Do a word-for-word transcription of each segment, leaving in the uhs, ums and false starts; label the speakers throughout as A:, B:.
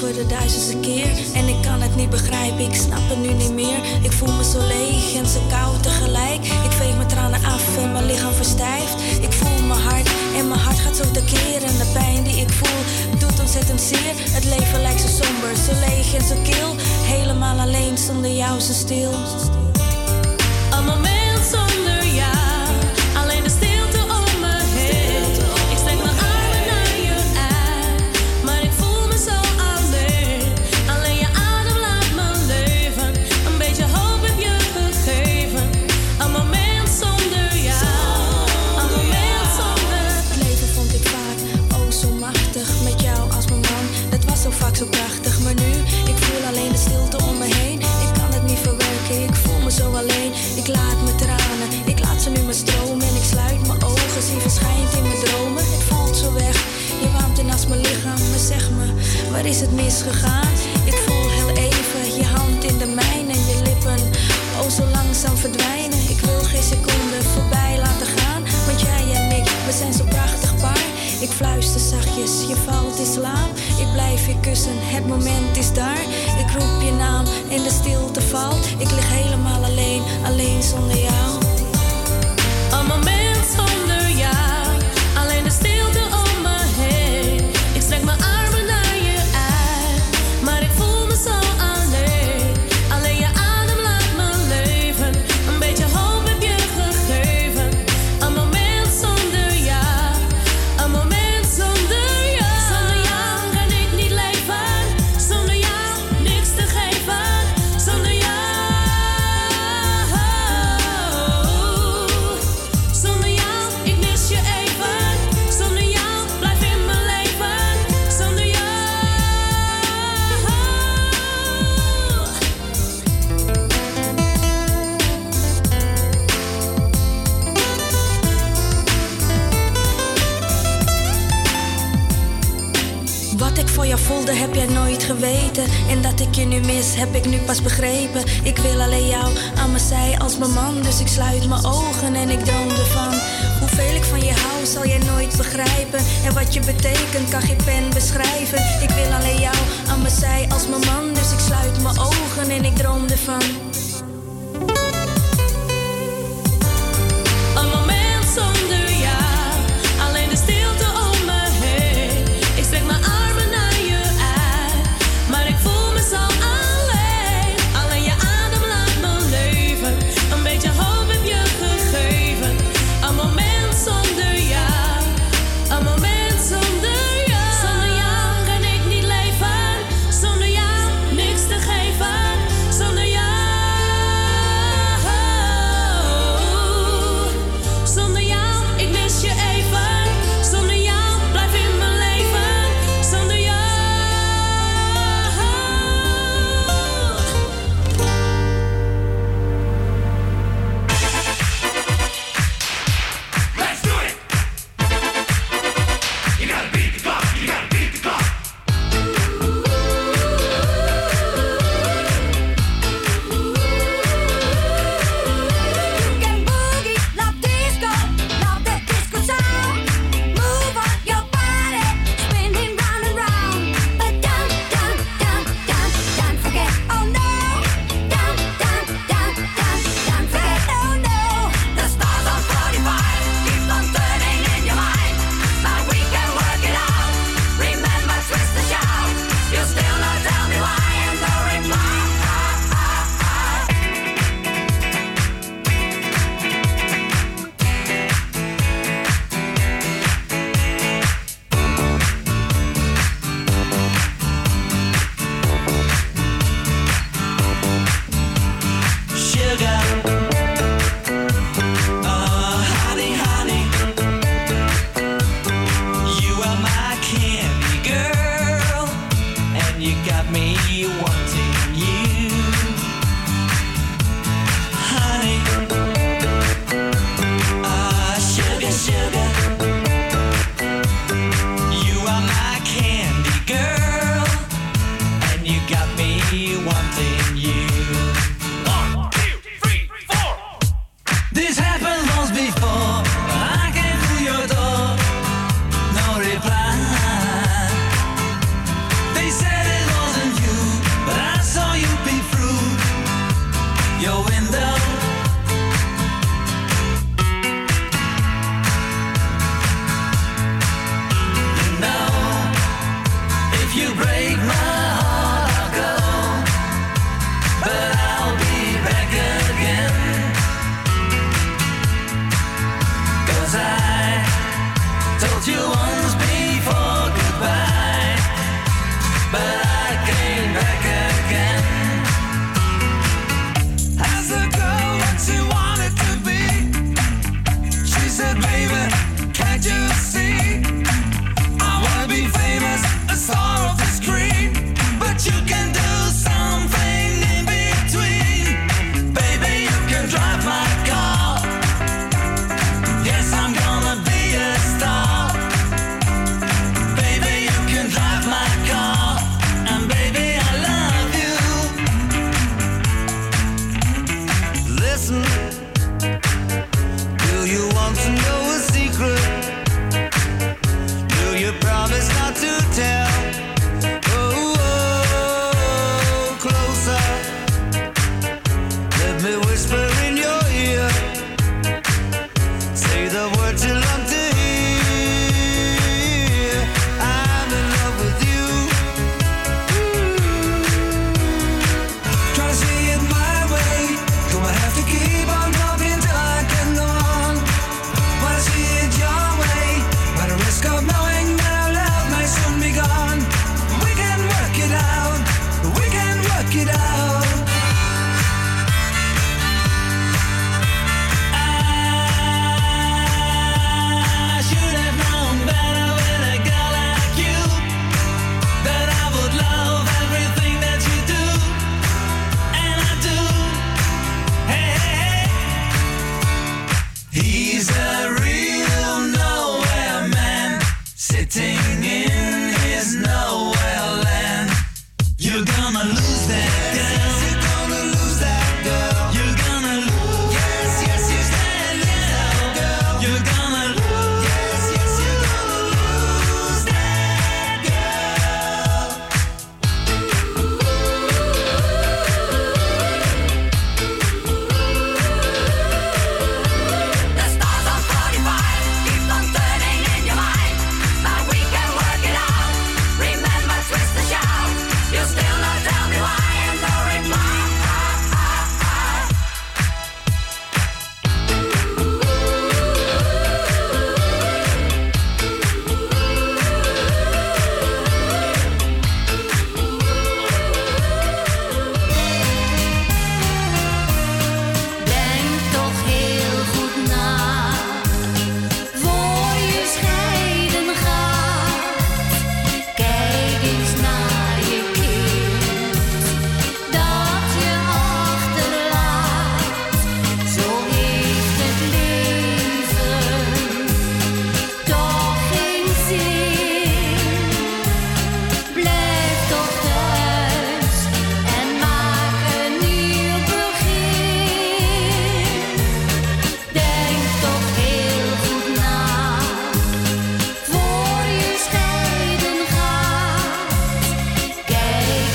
A: voor de duizendste keer. En ik kan het niet begrijpen, ik snap het nu niet meer. Ik voel me zo leeg en zo koud tegelijk. Ik veeg mijn tranen af en mijn lichaam verstijft. Ik voel mijn hart en mijn hart gaat zo tekeer. En de pijn die ik voel doet ontzettend zeer. Het leven lijkt zo somber, zo leeg en zo kil. Helemaal alleen, zonder jou zo stil. Een moment zonder jou, alleen de stilte om me heen. Ik strek mijn armen naar je uit, maar ik voel me zo alleen. Alleen je adem laat me leven, een beetje hoop heb je gegeven. Een moment zonder jou, een moment zonder. Het leven vond ik vaak, oh zo machtig, met jou als mijn man. Het was zo vaak zo prachtig, maar nu, ik voel alleen de stilte om me heen. Ik kan het niet verwerken, ik voel me zo alleen. Ik laat mijn tranen, ik laat ze nu maar stromen. En ik sluit mijn ogen, zie verschijnt in mijn dromen. Het valt zo weg, je warmt in als mijn lichaam. Maar zeg me, waar is het misgegaan? Ik voel heel even je hand in de mijne en je lippen, oh zo langzaam verdwijnen. Ik wil geen seconde voorbij laten gaan, want jij en ik, we zijn zo prachtig paar. Ik fluister zachtjes, je valt in slaap. Ik blijf je kussen, het moment is daar. Ik roep je naam en de stilte valt. Ik lig helemaal alleen, alleen zonder jou. Een moment zonder jou, alleen de stilte om me heen. Ik strek mijn armen naar je uit, maar ik voel me zo alleen. Alleen je adem laat me leven, een beetje hoop heb je gegeven. Een moment zonder jou, een moment zonder jou. Zonder jou kan ik niet leven, zonder jou niks te geven. Zonder jou, zonder jou, ik mis je even. Zonder jou, blijf in mijn leven. Zonder jou. Wat ik voor jou voelde, heb jij nooit geweten. En dat ik je nu mis, heb ik nu pas begrepen. Ik wil alleen jou aan mijn zij als mijn man. Dus ik sluit mijn ogen en ik droom ervan. Hoeveel ik van je hou, zal jij nooit begrijpen. En wat je betekent, kan geen pen beschrijven. Ik wil alleen jou aan mijn zij als mijn man. Dus ik sluit mijn ogen en ik droom ervan. Een moment zonder jou, alleen de stilte om me heen. Ik strek mijn armen naar je uit, maar ik voel me zo alleen. Alleen je adem laat me leven, een beetje hoop heb je gegeven. Een moment zonder jou, een moment zonder jou. Zonder jou kan ik niet leven, zonder jou niks te geven. Zonder jou, zonder jou, ik mis je even. Zonder jou, blijf in mijn leven. Zonder jou.
B: Let's do it! You gotta beat the clock, you gotta beat the clock.
C: You can boogie, love disco, love that disco sound. Move on your body, spinning round and round. But don't, don't, don't, don't, don't forget, oh no. Don't, don't, don't, don't, don't forget, oh no. The stars on forty-five keep on turning in your mind, but we can work it out. Remember, twist the shout. You still not tell me why and no reply.
D: Sugar, oh honey, honey, you are my candy girl, and you got me wanting you, honey. Ah, sugar, sugar, you are my candy girl, and you got me wanting you.
B: One, two, three, four.
D: This happened once before. I came through your door, no reply. They said it was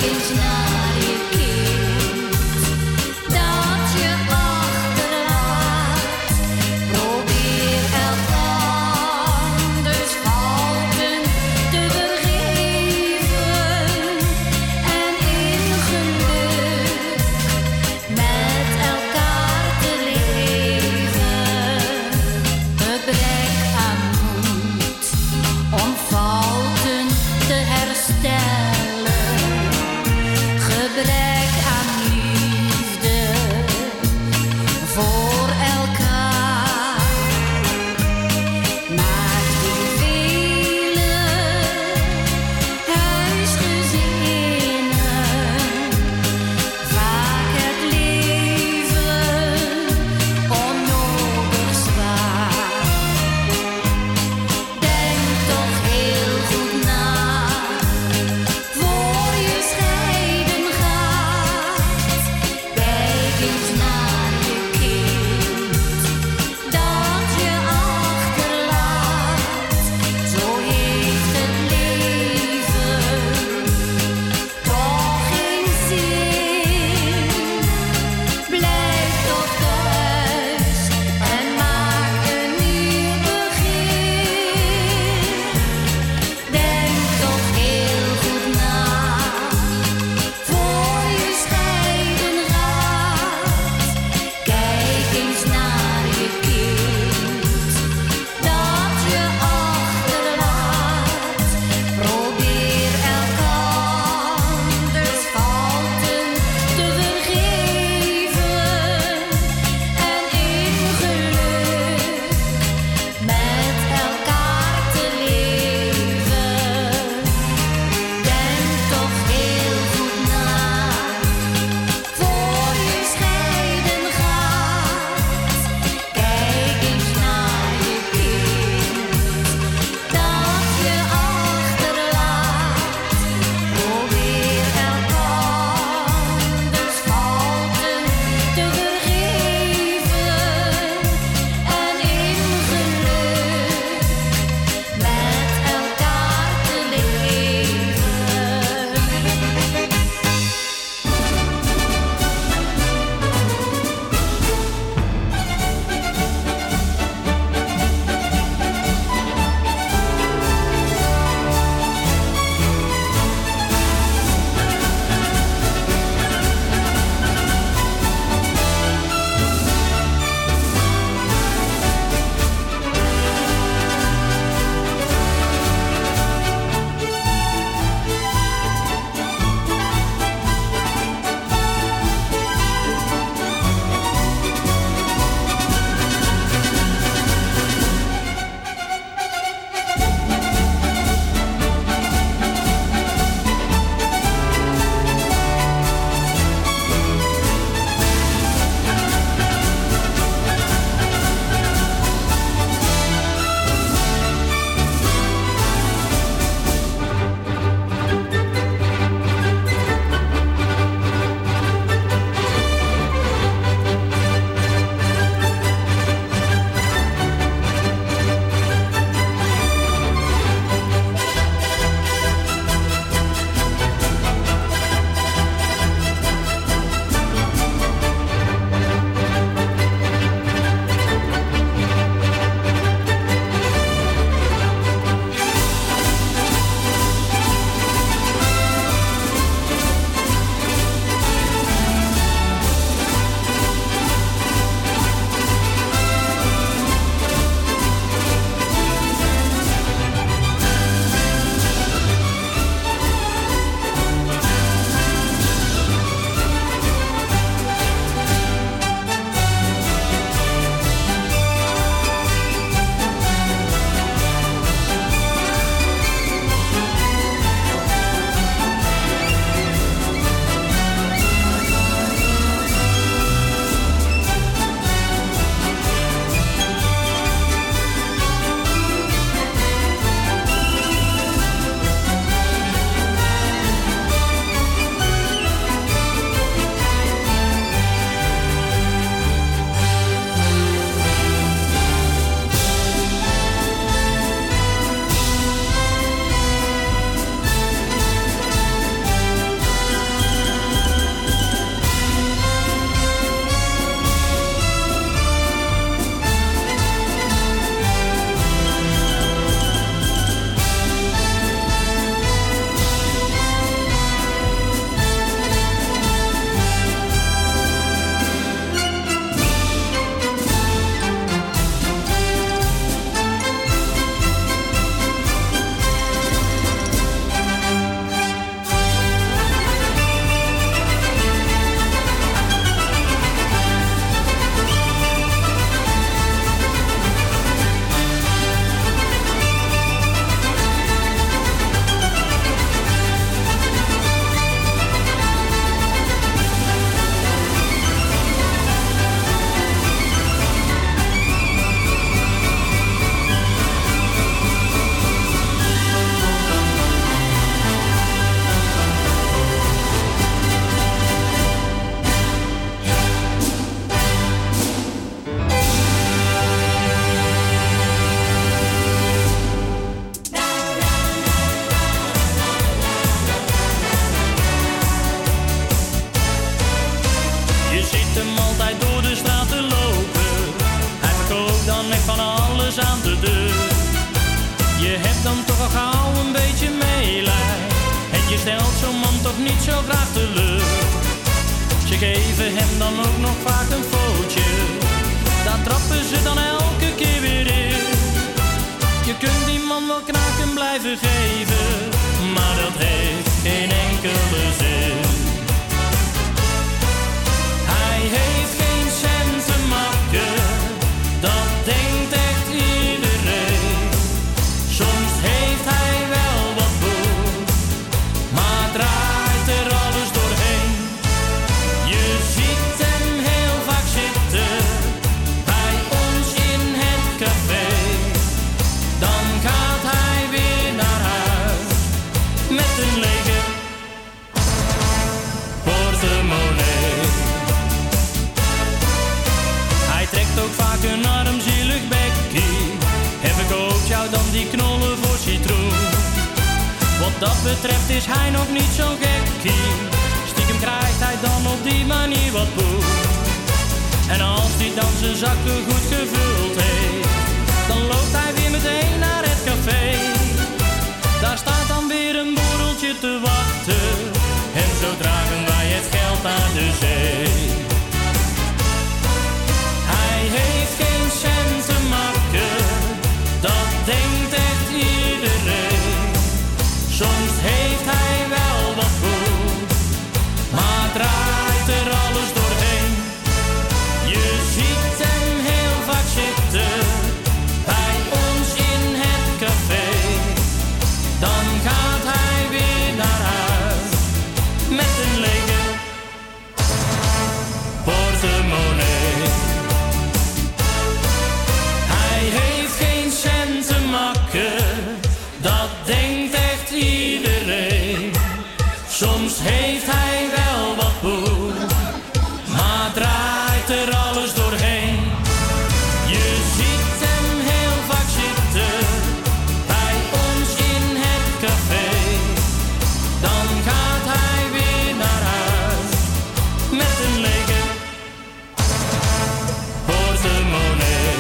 C: eens naar je kind dat je achterlaat. Probeer elkanders fouten te vergeven en in geluk met elkaar te leven. Gebrek aan moed om fouten te herstellen.
E: dan toch al gauw een beetje meelij. En je stelt zo'n man toch niet zo graag teleur. Ze geven hem dan ook nog vaak een footje. Daar trappen ze dan elke keer weer in. Je kunt die man wel knaken blijven geven, maar dat heeft geen enkele zin. Hij heeft geen cent te makken, dat denkt echt iedereen. Soms heeft hij wel wat boel, maar draait er alles doorheen. Je ziet hem heel vaak zitten bij ons in het café. Dan gaat hij weer naar huis met een lege portemonnee. Hij trekt ook vaak een armzielig bekkie en verkoopt jou dan die knollen voor citroen. Wat dat betreft is hij nog niet zo gekkie. Stiekem krijgt hij dan op die manier wat poe. En als hij dan zijn zakken goed gevuld heeft, dan loopt hij weer meteen naar het café. Daar staat dan weer een borreltje te wachten. En zo dragen wij het geld naar de zee. Hij heeft geen cent te makken, dat denkt echt iedereen. Soms heeft hij wel wat goed, maar draait er alles doorheen. Je ziet hem heel vaak zitten bij ons in het café. Dan gaat hij weer naar huis met een lege portemonnee. Hij heeft geen cent te makken, dat denkt echt iedereen. Soms heeft hij wel wat boel, maar draait er alles doorheen. Je ziet hem heel vaak zitten bij ons in het café. Dan gaat hij weer naar huis met een lege portemonnee.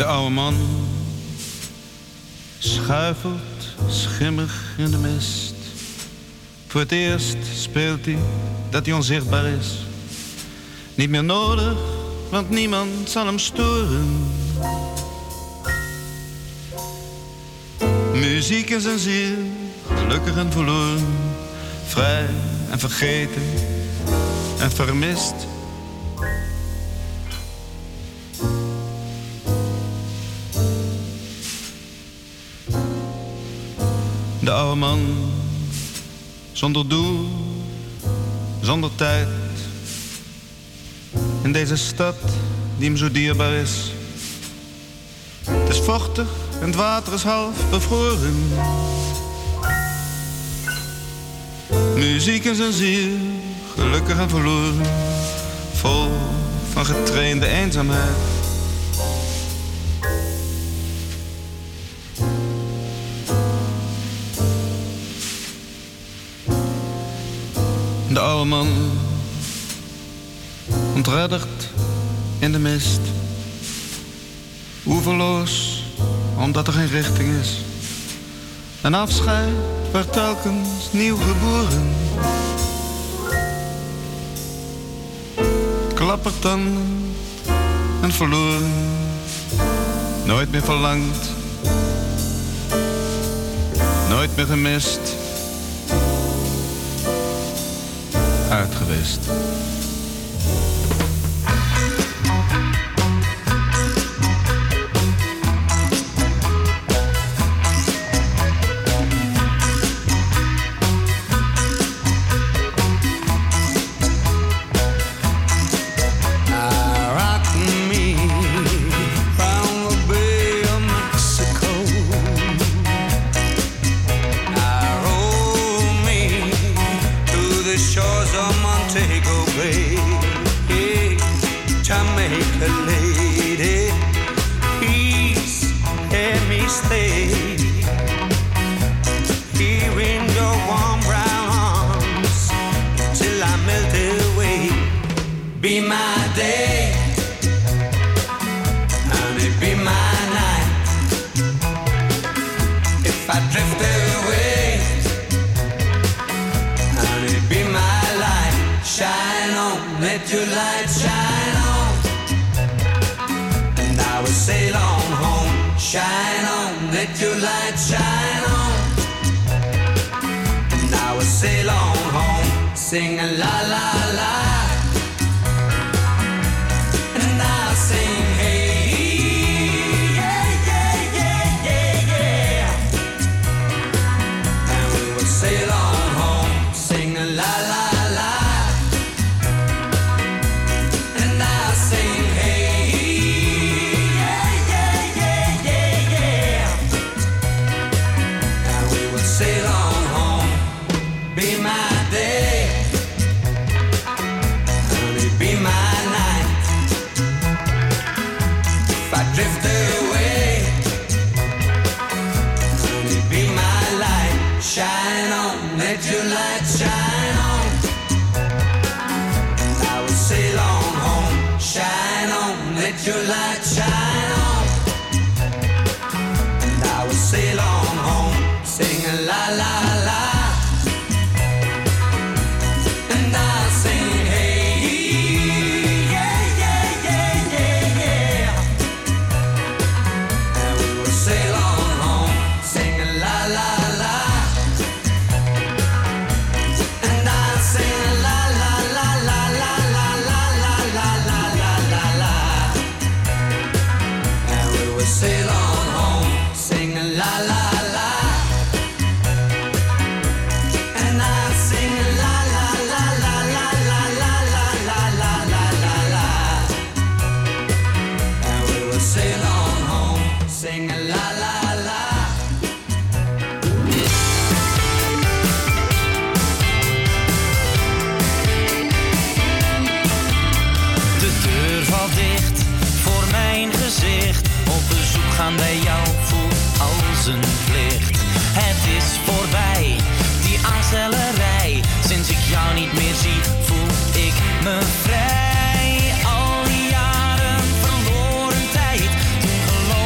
F: De oude man schuifelt schimmig in de mist. Voor het eerst speelt hij dat hij onzichtbaar is. Niet meer nodig, want niemand zal hem storen. Muziek in zijn ziel, gelukkig en verloren. Vrij en vergeten en vermist. De oude man, zonder doel, zonder tijd. In deze stad die hem zo dierbaar is. Het is vochtig en het water is half bevroren. Muziek in zijn ziel, gelukkig en verloren. Vol van getrainde eenzaamheid. De oude man ontredderd in de mist. Oeverloos, omdat er geen richting is. Een afscheid werd telkens nieuw geboren. Klappertanden en verloren. Nooit meer verlangd. Nooit meer gemist. Uitgewist.
D: me vrij. Al die jaren verloren tijd. Toen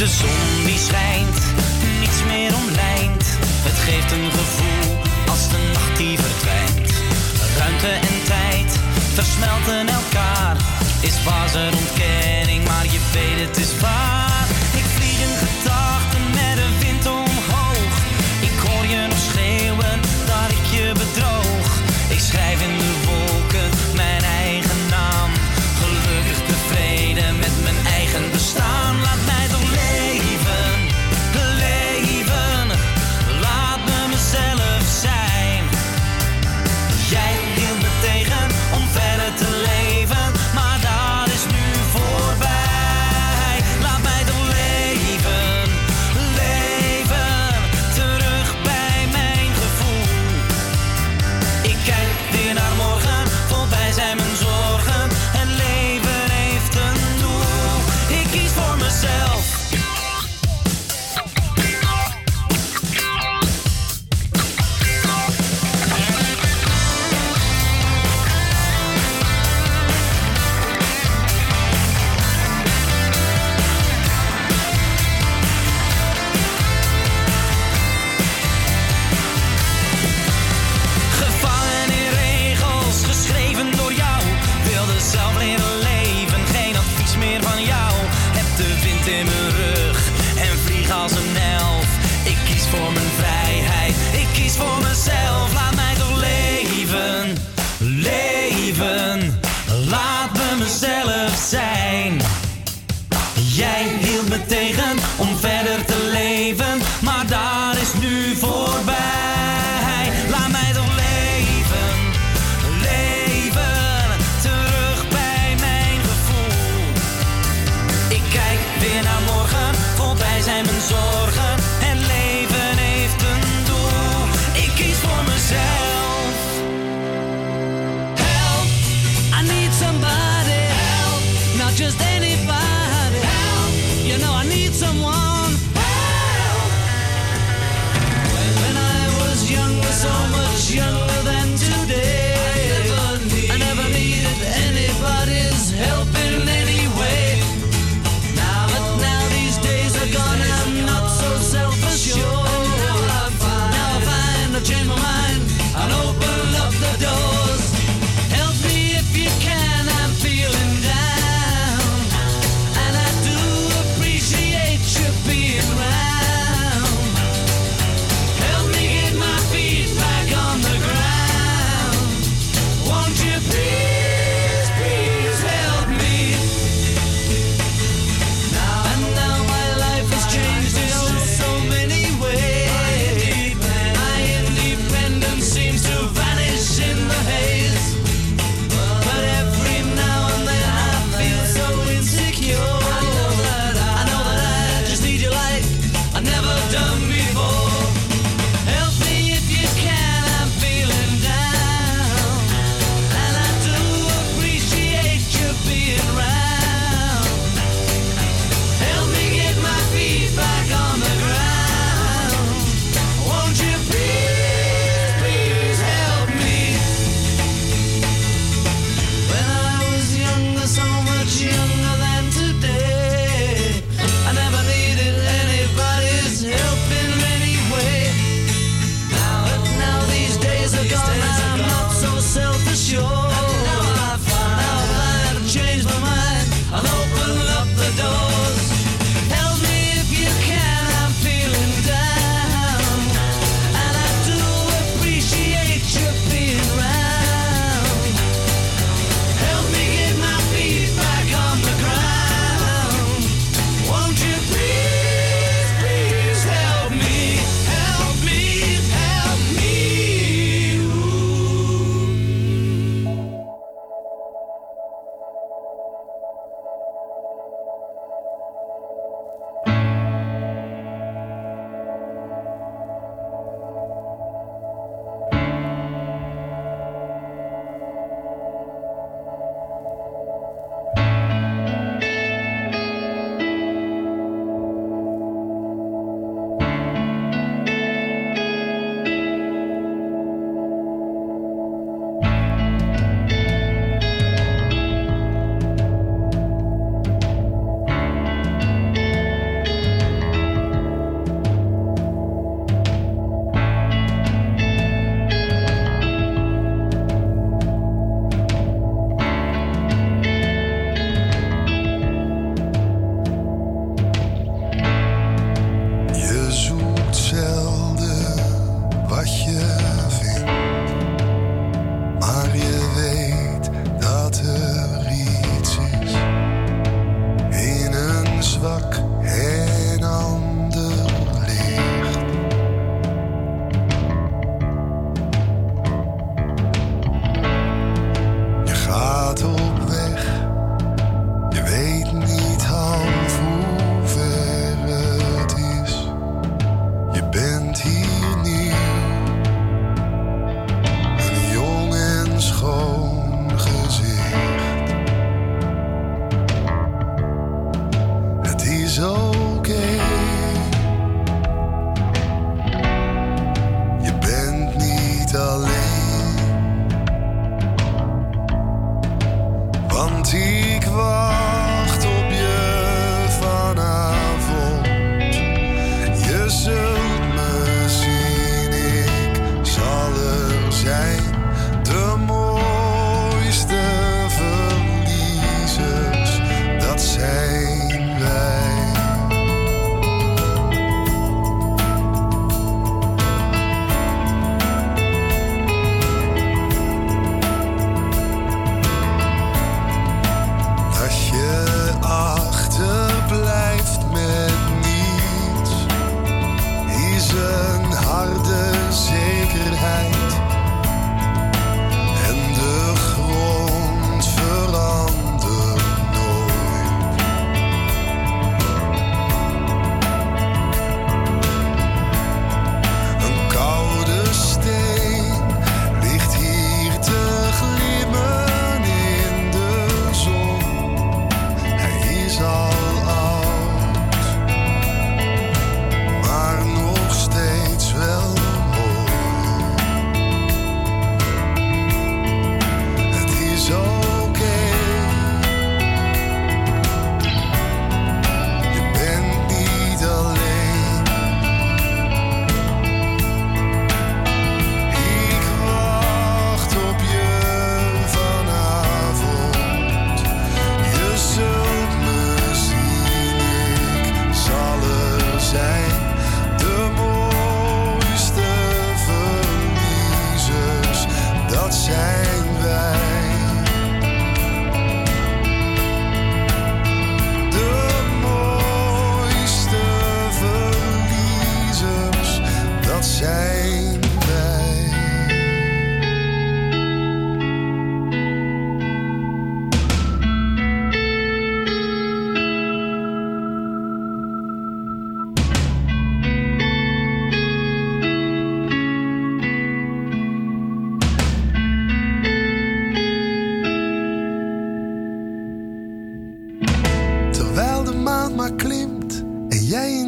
D: De zon die schijnt, niets meer omlijnt. Het geeft een gevoel als de nacht die verdwijnt. Ruimte en tijd versmelten elkaar. Is was er ontkenning, maar je weet het is waar. Ik vlieg in gedachten met de wind omhoog. Ik hoor je nog schreeuwen dat ik je bedroog. Ik schrijf in de wolken mijn eigen naam. Gelukkig tevreden met mijn eigen bestaan. Laat mij toch leven, leven. Laat me mezelf zijn. Jij hield me tegen om verder te leven, maar dat is nu voorbij. Laat mij toch leven, leven. Terug bij mijn gevoel. Ik kijk weer naar morgen, voorbij zijn mijn zorgen. Het leven heeft een doel. Ik kies voor mezelf. Gevangen in regels, geschreven door jou. Wilde zelf leren leven, geen advies meer van jou. Heb de wind in mijn rug en vlieg als een elf. Ik kies voor mijn vrijheid, ik kies voor mezelf. Laat mij toch leven, leven. Laat me mezelf zijn. Jij hield me tegen om verder te leven, maar dat is nu voorbij. Laat mij toch leven, leven. Terug bij mijn gevoel. Ik kijk weer naar morgen, voorbij zijn mijn zorgen. Het leven heeft een doel. Ik kies voor mezelf.
G: Help, I need somebody. Help, not just anybody. Help, you know I need someone. Help. When I was younger, so much younger than today, I never, need, I never needed anybody's help in any way. Now, but now these days are gone, I'm not so self-assured. Now I find, now I find I've changed my mind and open up the doors. Help me if you can, I'm feeling down, and I do appreciate you being round. Help me get my feet back on the ground.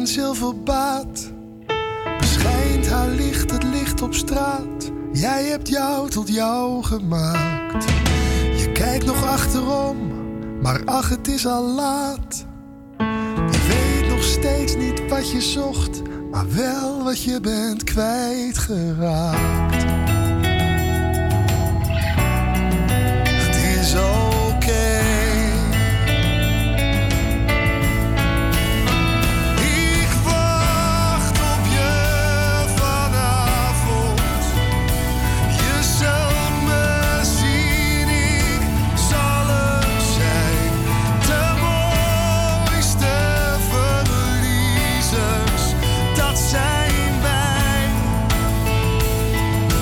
H: in zilverbaat. Beschijnt haar licht het licht op straat. Jij hebt jou tot jou gemaakt. Je kijkt nog achterom, maar ach, het is al laat. Je weet nog steeds niet wat je zocht, maar wel wat je bent kwijtgeraakt. Het is oké. Ik wacht op je vanavond. Je zult me zien, ik zal er zijn. De mooiste verliezers, dat zijn wij.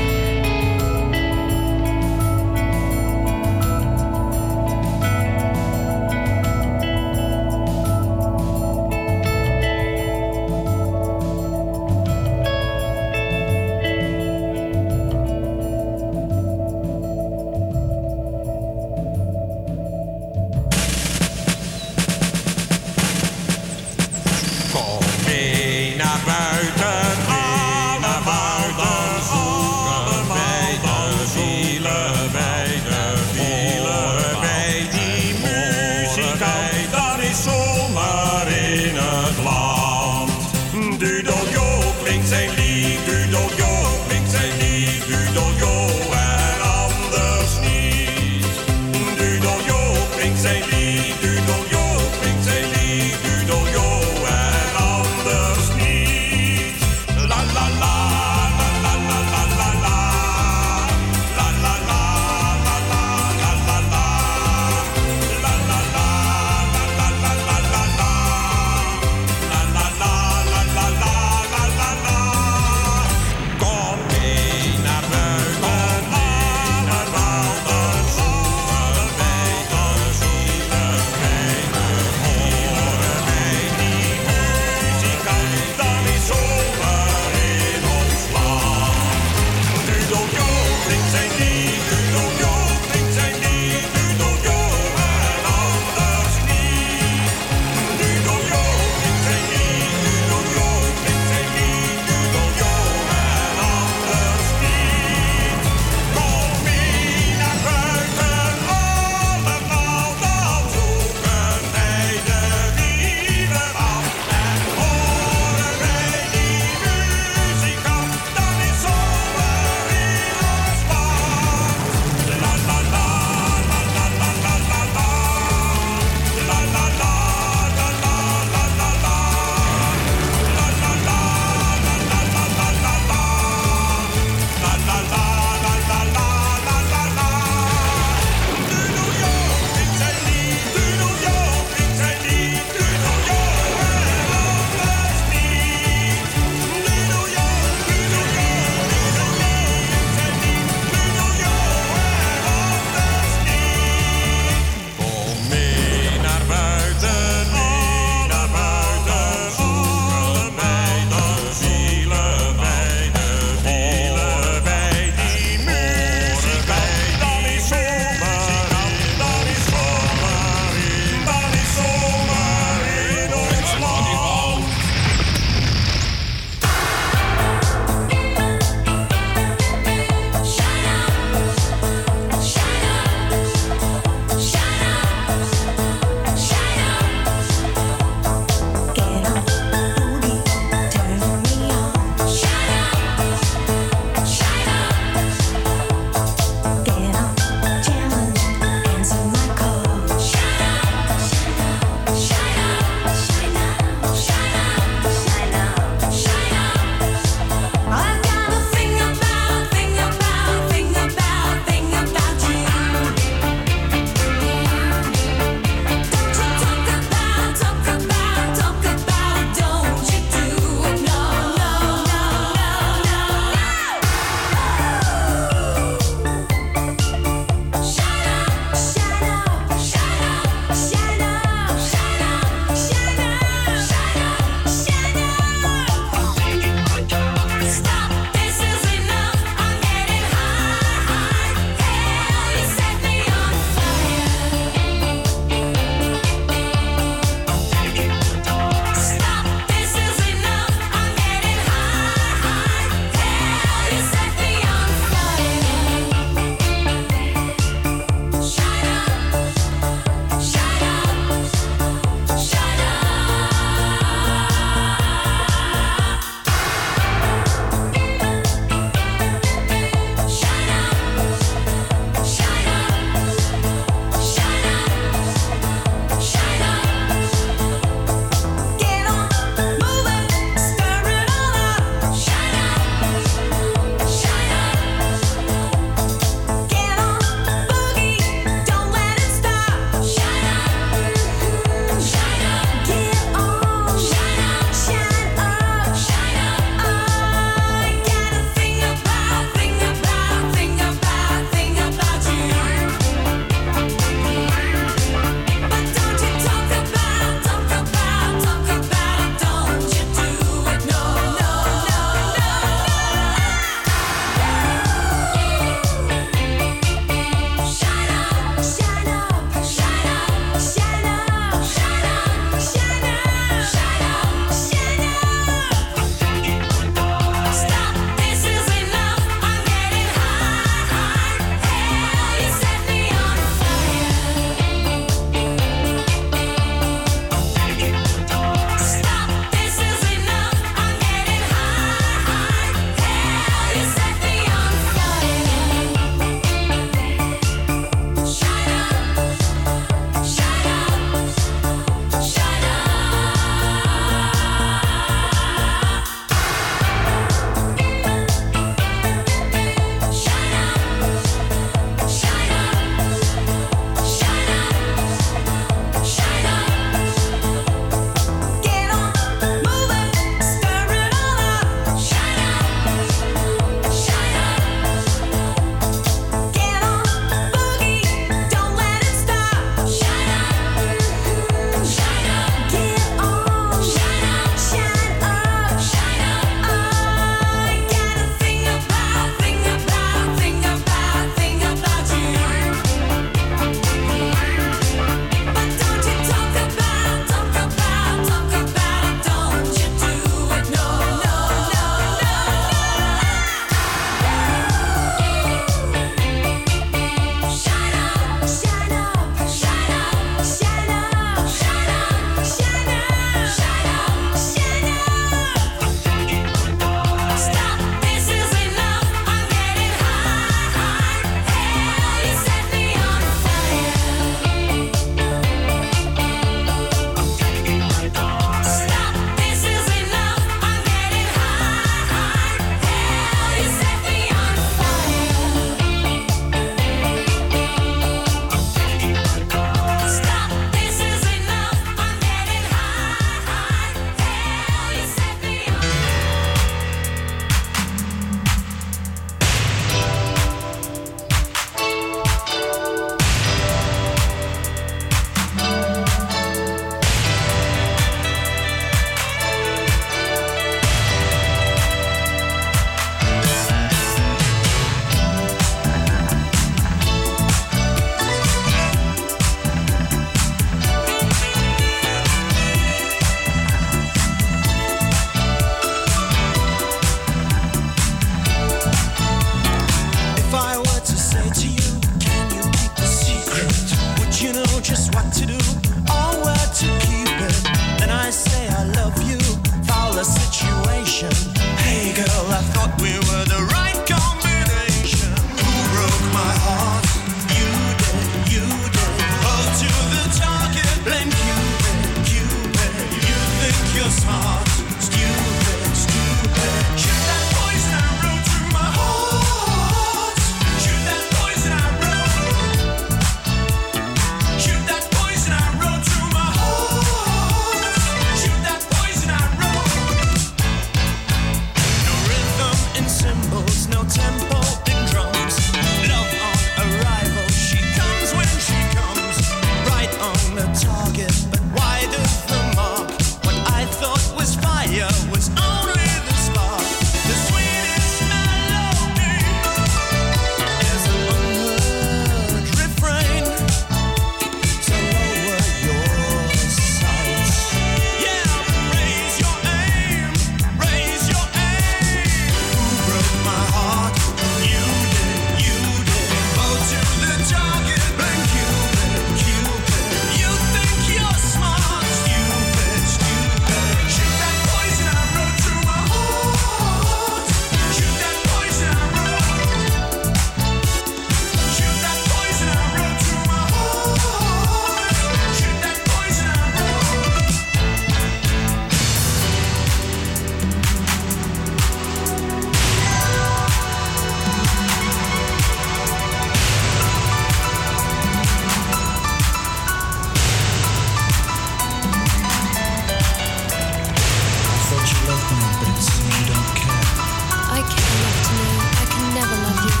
I: love me, but it seems you don't care.
J: I care enough to know I can never love you.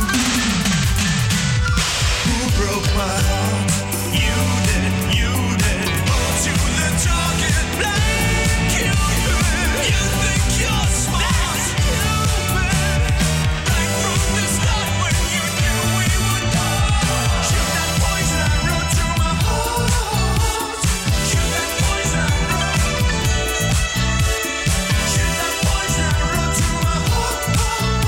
B: Who broke my heart? You did, you did. To the target blank, you could. You think you're smart, stupid. Right from the start when you knew we would part. Shoot that poison arrow to my heart. Shoot that poison arrow. Shoot that poison arrow to my heart.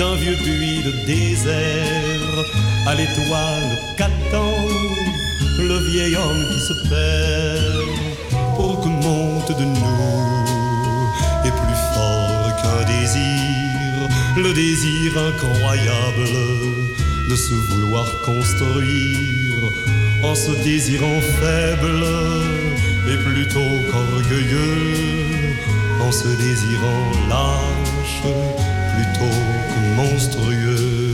K: d'un vieux puits de désert, à l'étoile qu'attend le vieil homme qui se perd, pour que monte de nous, et plus fort qu'un désir, le désir incroyable de se vouloir construire, en se désirant faible et plutôt qu'orgueilleux, en se désirant lâche plutôt que monstrueux.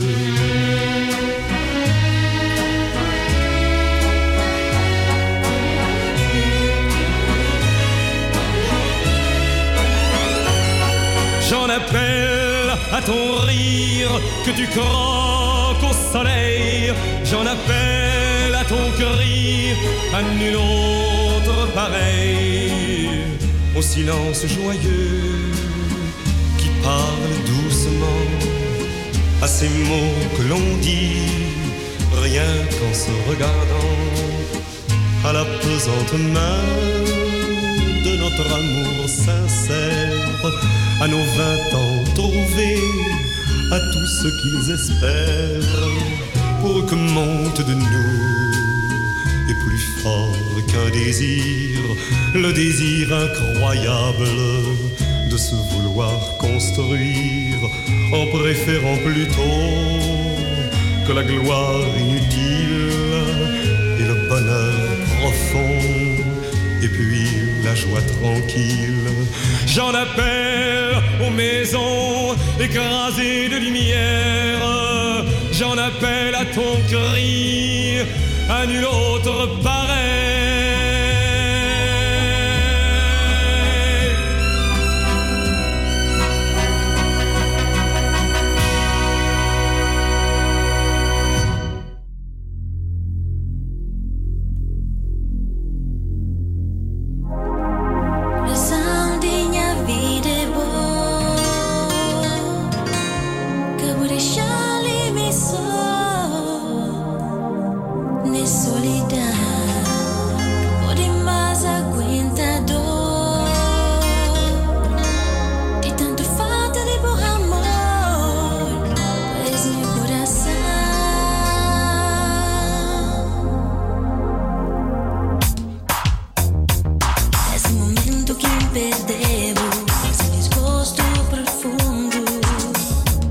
K: J'en appelle à ton rire que tu croques au soleil. J'en appelle à ton cri, à nul autre pareil. Au silence joyeux qui parle doucement, à ces mots que l'on dit rien qu'en se regardant, à la pesante main de notre amour sincère, à nos vingt ans trouvés, à tout ce qu'ils espèrent, pour que monte de nous, et plus fort qu'un désir, le désir incroyable de se vouloir construire, en préférant plutôt que la gloire inutile et le bonheur profond, et puis la joie tranquille. J'en appelle aux maisons écrasées de lumière, j'en appelle à ton cri, à nul autre pareil.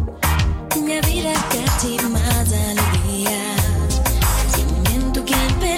A: Can't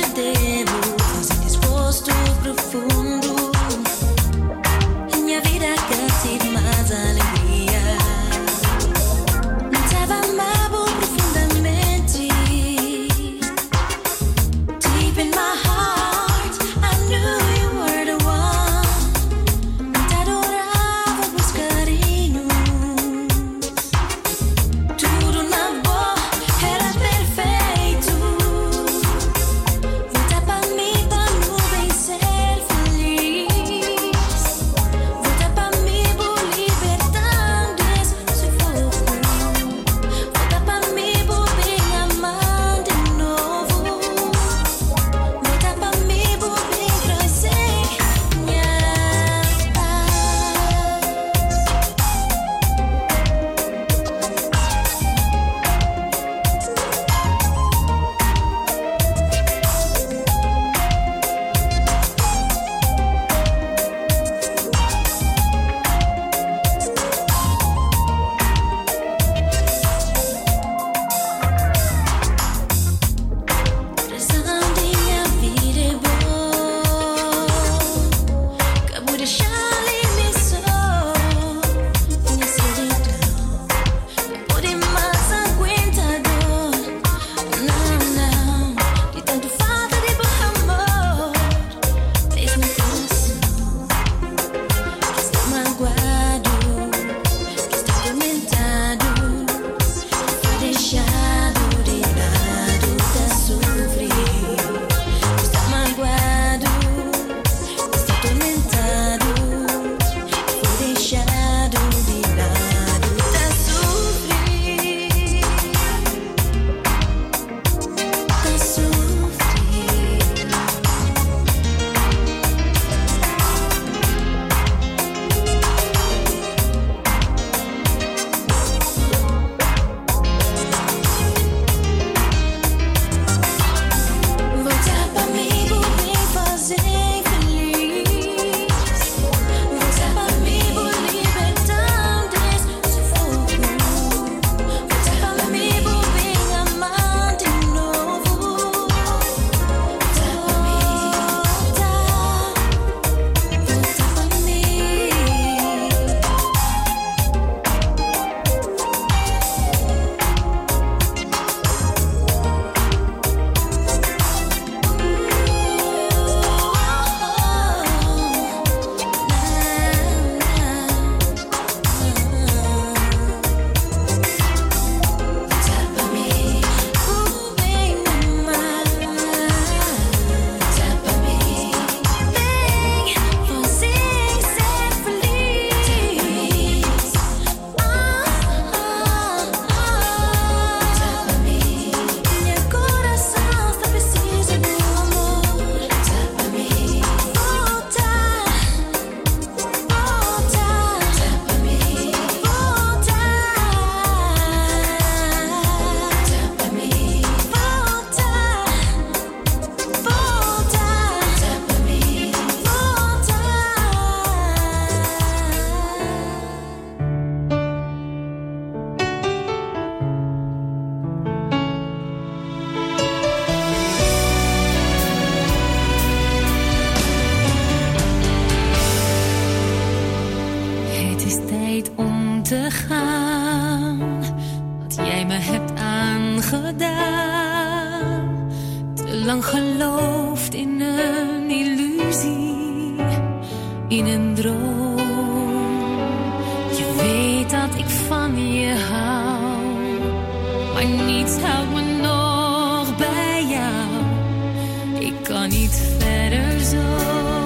L: lang geloofd in een illusie, in een droom. Je weet dat ik van je hou, maar niets houdt me nog bij jou. Ik kan niet verder zo.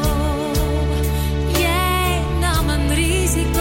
L: Jij nam een risico.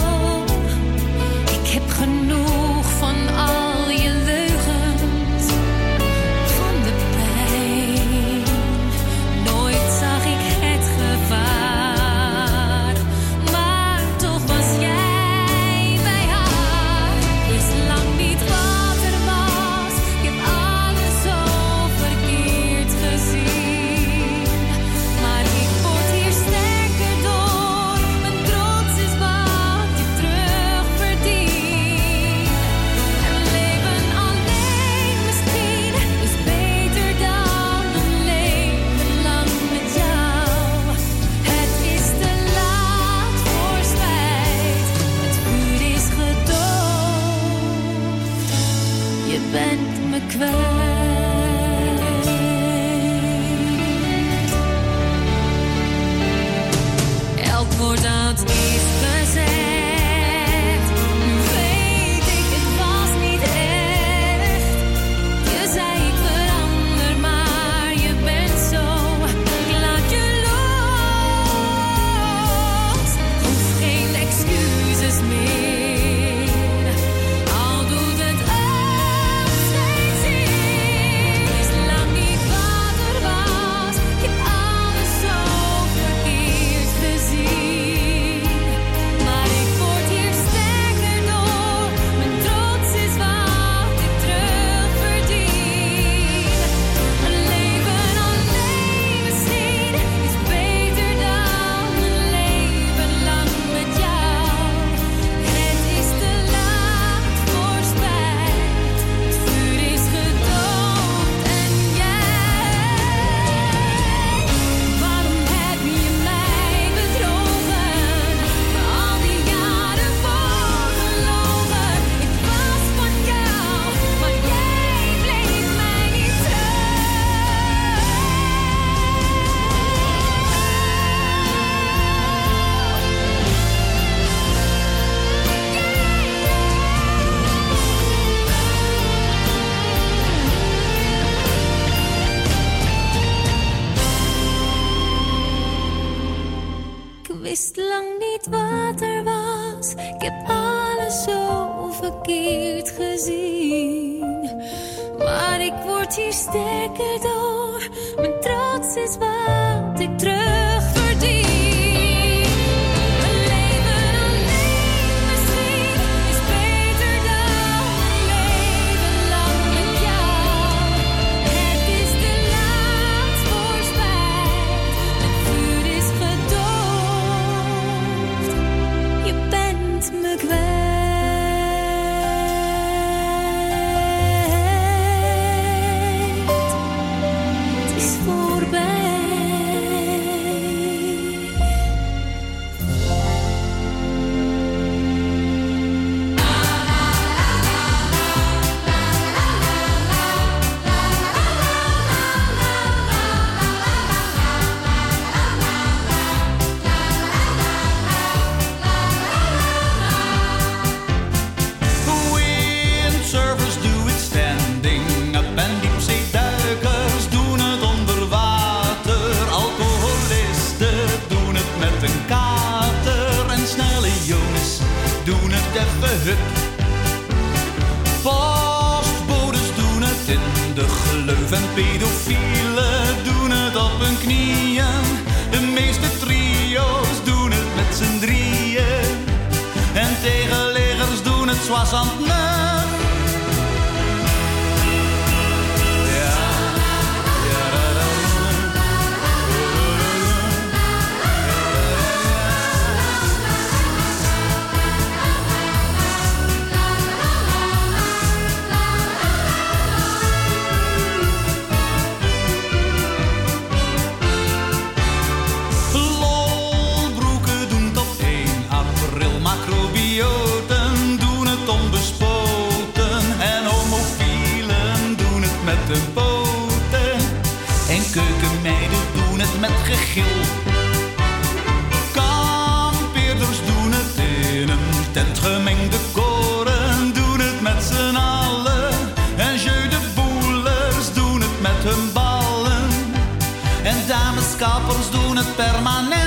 L: Ik heb genoeg van al je leugens, van de pijn. Nooit zag ik het gevaar, maar toch was jij bij haar. Wist lang niet wat er was. Ik heb alles zo verkeerd gezien, maar ik word hier sterker door. Mijn trots is wat ik terug verdien. Een leven alleen misschien is beter dan een leven lang met jou. Het is te laat voor spijt. Het vuur is gedoofd. Je bent me kwijt. Elk woord dat is gezegd, nu weet ik het was niet echt. Je zei ik verander, maar je bent zo. Ik laat je los. Hoef geen excuses meer, al doet het ook steeds zeer. Is lang niet wat er was. Ik heb alles zo verkeerd gezien, maar ik word hier sterker door. Mijn trots is wat ik terug verdien. Een leven alleen misschien is beter dan een leven lang met jou. Het is te laat voor spijt. Het vuur is gedoofd en jij. Waarom heb je mij bedrogen? Al die jaren voorgelogen. Ik was van jou, maar jij bleef mij niet Ik wist lang niet wat er was. Ik heb alles zo verkeerd gezien, maar ik word hier sterker door. Mijn trots is wat ik terug verdien. Een leven alleen misschien is beter dan een leven lang met jou. Het is te laat voor spijt. Het vuur is gedoofd. Je bent me kwijt. Het is voorbij.
M: Windsurfers do it standing up en diepzeeduikers doen het onder water. Alcoholisten doen het met een kater en snelle jongens doen het even hup. Postbodes doen het in de gleuf en pedofielen doen het op hun knieën. De meeste trio's doen het met z'n drieën en tegenleggers doen het soixante-neuf. Ja, ja, da, da, Lolbroeken doen tot één april, macrobioten doen het onbesproken. keukenmeiden doen het met gegil. Kampeerders doen het in een tent gemengde koren, doen het met z'n allen. En jeu de boelers doen het met hun ballen. En dameskappers doen het permanent.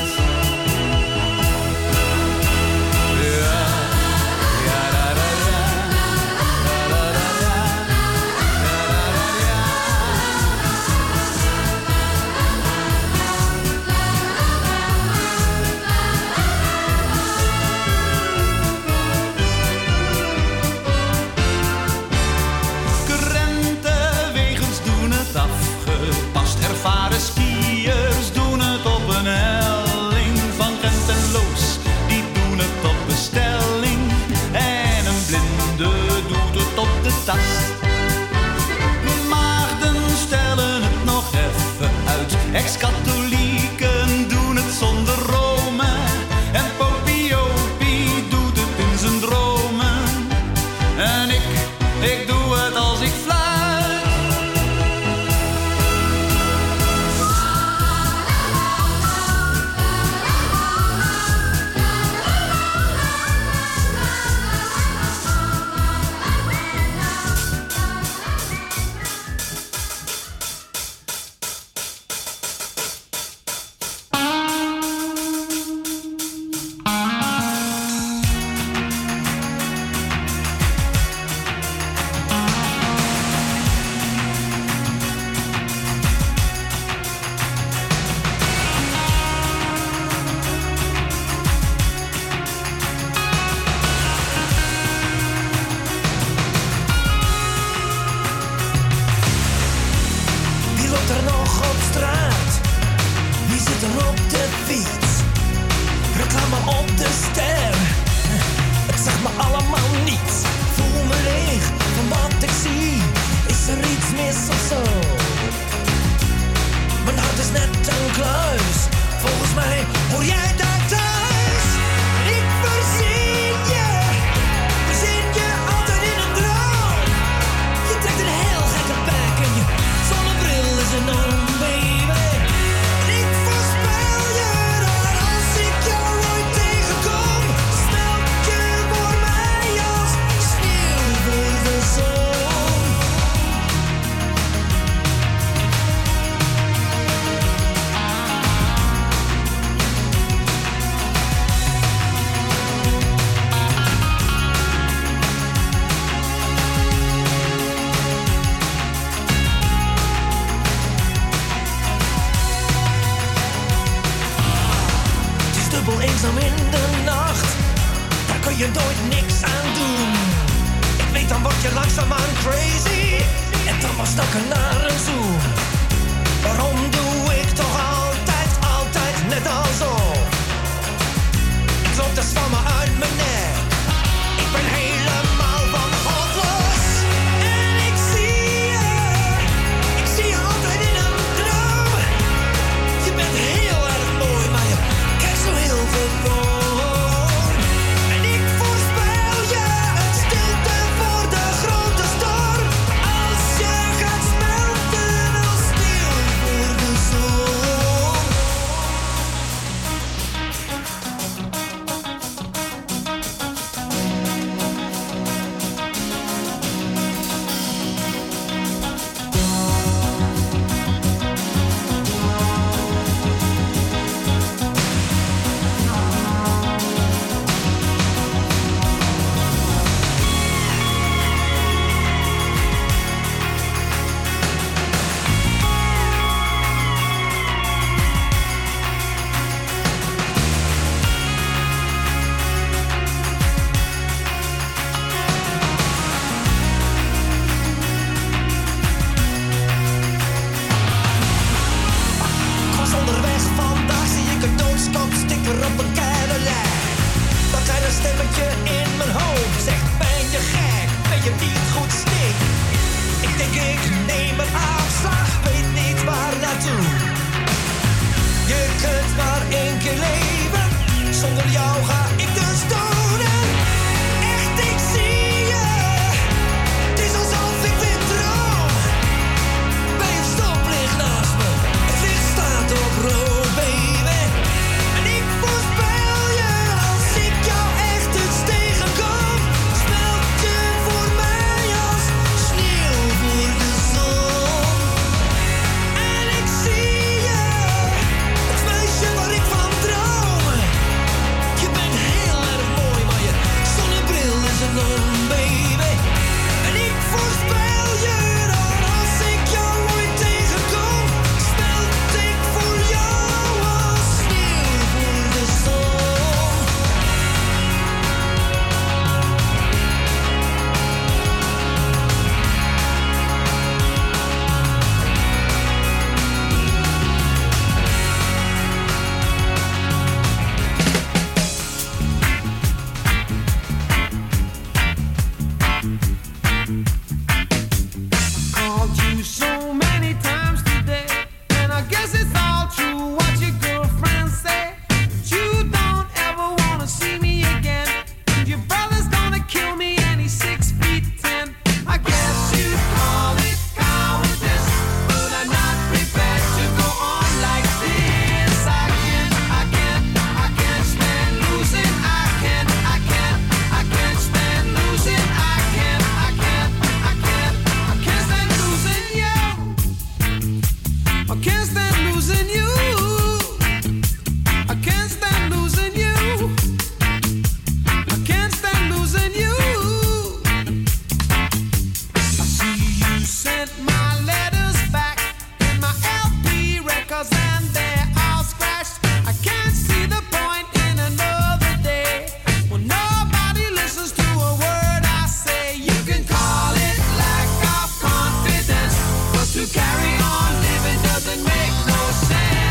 M: Ervaren skiers doen het op een helling van Gent en Loos. Die doen het op bestelling. En een blinde doet het op de tast. Maagden stellen het nog even uit. Ex-katholieken doen het zonder Rome. En Popiopie doet het in zijn dromen. En ik, ik doe het als ik fluit.
N: Het is alsof ik weer droom. Ben je stoplicht naast me? I can't stand losing you. I can't stand losing you. I can't stand losing you. I see you sent my letters back in my L P records and they're all scratched. I can't see the point in another day when nobody listens to a word I say. You can call it lack of confidence, but to carry on living doesn't make no sense.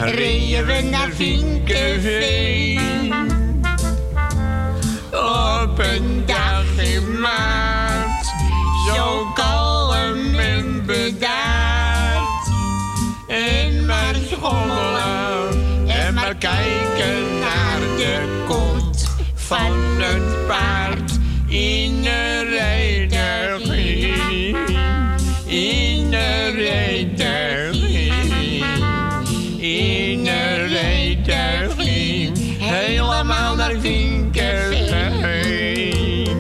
O: reden we naar Vinkenveen. Op een dag in maart, zo kalm en bedaard. En maar schommelen en maar kijken naar de kont van het paard. In een rijdergien, in een rijdergien, in een rijdergien, helemaal naar Vinkenveen.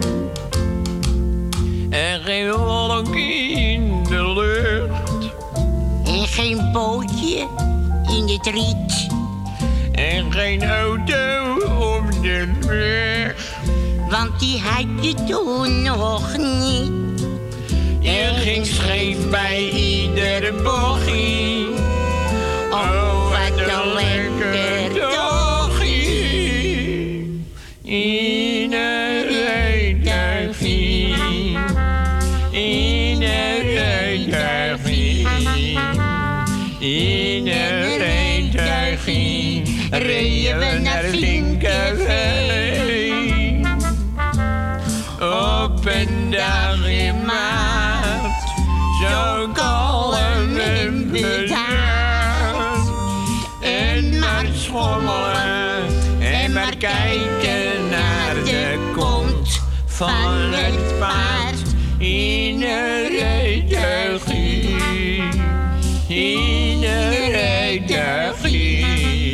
O: En geen wolk in de lucht, en geen bootje in het riet, en geen auto op de weg, want die had je toen nog niet. Je ging scheef bij iedere bochie. Oh, wat een lekker dagje. In een rijtuigje, in een rijtuigje, in een rijtuigje, reden we naar Vinkenveen. Op een dag in maart, zo kalm en bedaard. En maar schommelen en maar kijken naar de kont van het paard. In een rijtuigje, in een rijtuigje,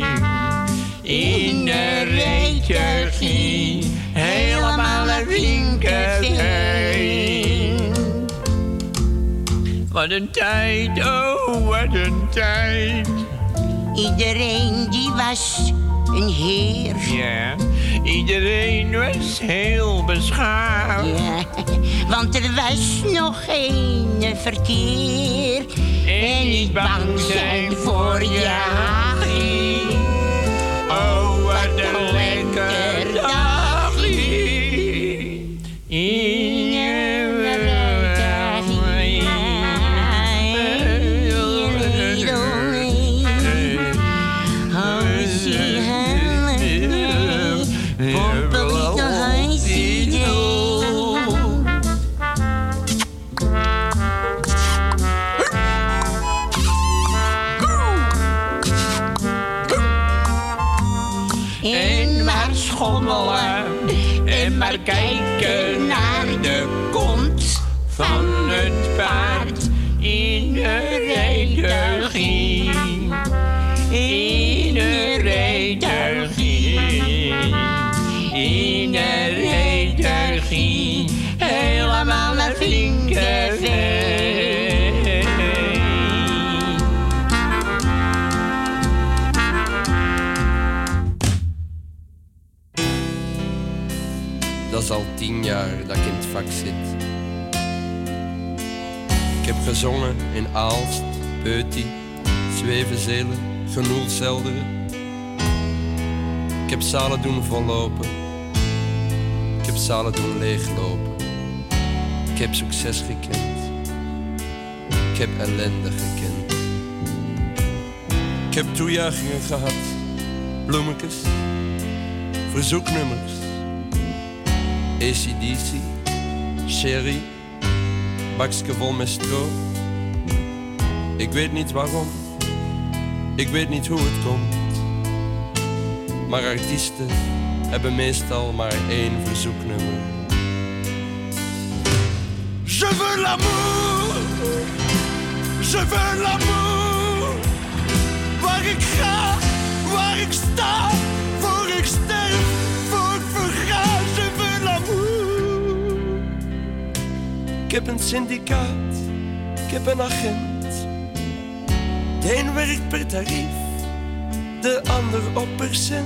O: in een rijtuigje, helemaal naar Vinkenveen. Wat een tijd, oh wat een tijd. Iedereen die was een heer. Ja, iedereen was heel beschaafd. Ja, want er was nog geen verkeer. En niet bang zijn voor je hagie. Oh, wat een lekker dagje. In je rijtuigje. Als je helemaal poppelig naar huis ziet doen. En maar schommelen en maar kijken naar de kont van het paard. In een rijtuigje, in een rijtuigje, in een rijtuigje, helemaal naar Vinkenveen.
P: Dat is al tien jaar dat ik in het vak zit. Ik heb gezongen in Aalst, Peuty, Zwevenzelen, Genoelselderen. Ik heb zalen doen vollopen. Ik heb zalen doen leeglopen. Ik heb succes gekend. Ik heb ellende gekend. Ik heb toejuichingen gehad, bloemetjes, verzoeknummers. A C D C, Sherry, bakske vol met stro. Ik weet niet waarom, ik weet niet hoe het komt. Maar artiesten hebben meestal maar één verzoeknummer. Je veux l'amour, je veux l'amour. Waar ik ga, waar ik sta, voor ik sterf, voor ik verga. Je veux l'amour. Ik heb een syndicaat, ik heb een agent. De een werkt per tarief, de ander op percent.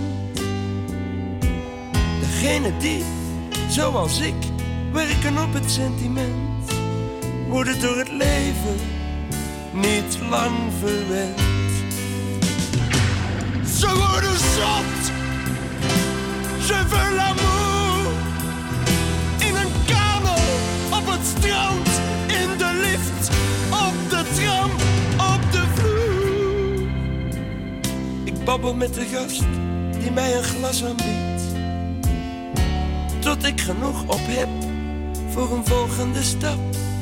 P: Degene die, zoals ik, werken op het sentiment, worden door het leven niet lang verwend. Ze worden zot, je veux l'amour. In een kano, op het strand, in de lift, op de tram, op de vloer.
Q: babbel met de gast die mij een glas aanbiedt. Tot ik genoeg op heb voor een volgende stap.